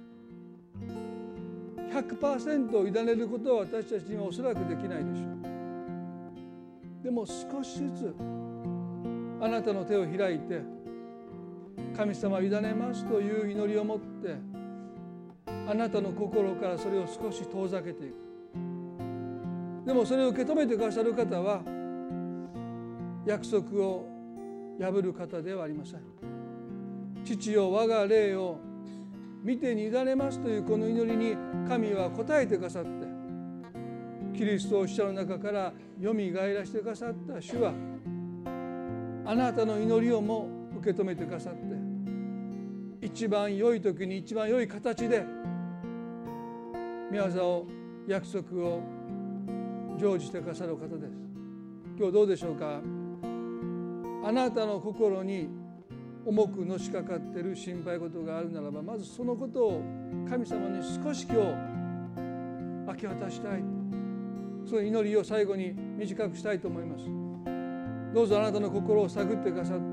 ことです。 100% 委ねることは私たちにはおそらくできないでしょう。でも少しずつあなたの手を開いて、神様を委ねますという祈りを持って、あなたの心からそれを少し遠ざけていく。でもそれを受け止めてくださる方は約束を破る方ではありません。父よ、我が霊を見てに委ねますというこの祈りに神は応えてくださって、キリストを死者の中からよみがえらせてくださった主は、あなたの祈りをも受け止めてくださって、一番良い時に一番良い形で御業を、約束を成就してくださる方です。今日どうでしょうか。あなたの心に重くのしかかっている心配事があるならば、まずそのことを神様に少し今日明け渡したい。その祈りを最後に短くしたいと思います。どうぞあなたの心を探ってくださって、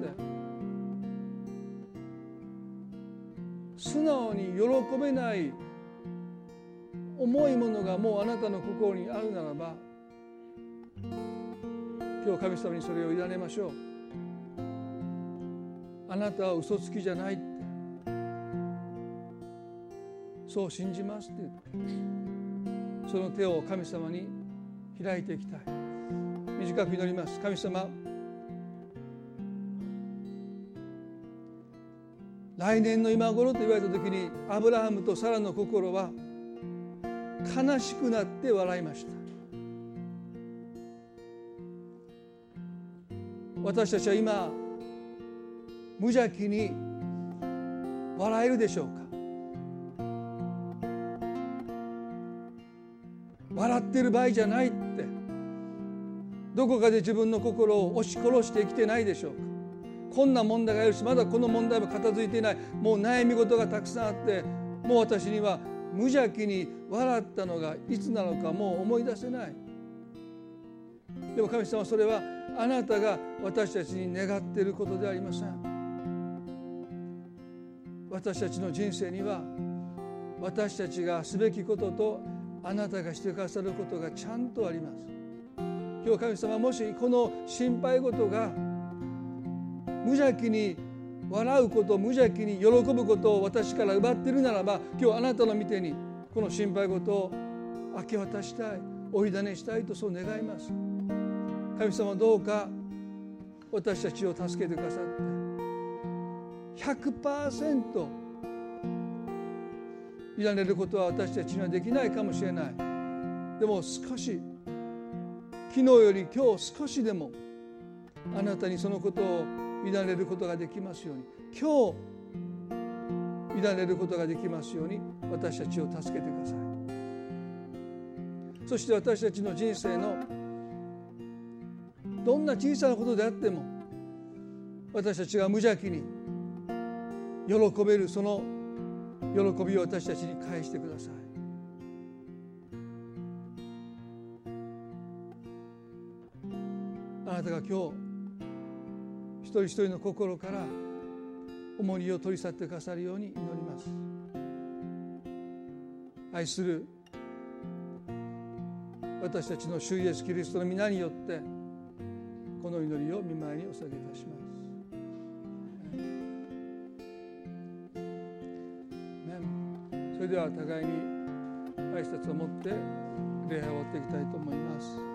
素直に喜べない重いものがもうあなたの心にあるならば、今日神様にそれを委ねましょう。あなたは嘘つきじゃないって、そう信じますって言って、その手を神様に開いていきたい。短く祈ります。神様、来年の今頃と言われた時にアブラハムとサラの心は悲しくなって笑いました。私たちは今無邪気に笑えるでしょうか。笑ってる場合じゃないって、どこかで自分の心を押し殺して生きてないでしょうか。こんな問題があるし、まだこの問題も片付いていない、もう悩み事がたくさんあって、もう私には無邪気に笑ったのがいつなのかもう思い出せない。でも神様、それはあなたが私たちに願っていることではありません。私たちの人生には私たちがすべきこととあなたがしてくださることがちゃんとあります。今日神様、もしこの心配事が無邪気に笑うこと、無邪気に喜ぶことを私から奪っているならば、今日あなたの御手にこの心配事を明け渡したい、お委ねしたいとそう願います。神様、どうか私たちを助けてくださって、100% 委ねることは私たちにはできないかもしれない。でも少し、昨日より今日少しでもあなたにそのことを委ねることができますように、今日委ねることができますように私たちを助けてください。そして私たちの人生のどんな小さなことであっても、私たちが無邪気に喜べるその喜びを私たちに返してください。あなたが今日一人一人の心から重荷を取り去ってくださるように祈ります。愛する私たちの主イエスキリストの皆によってこの祈りを御前にお捧げいたします。それでは互いに挨拶を持って礼拝を終わっていきたいと思います。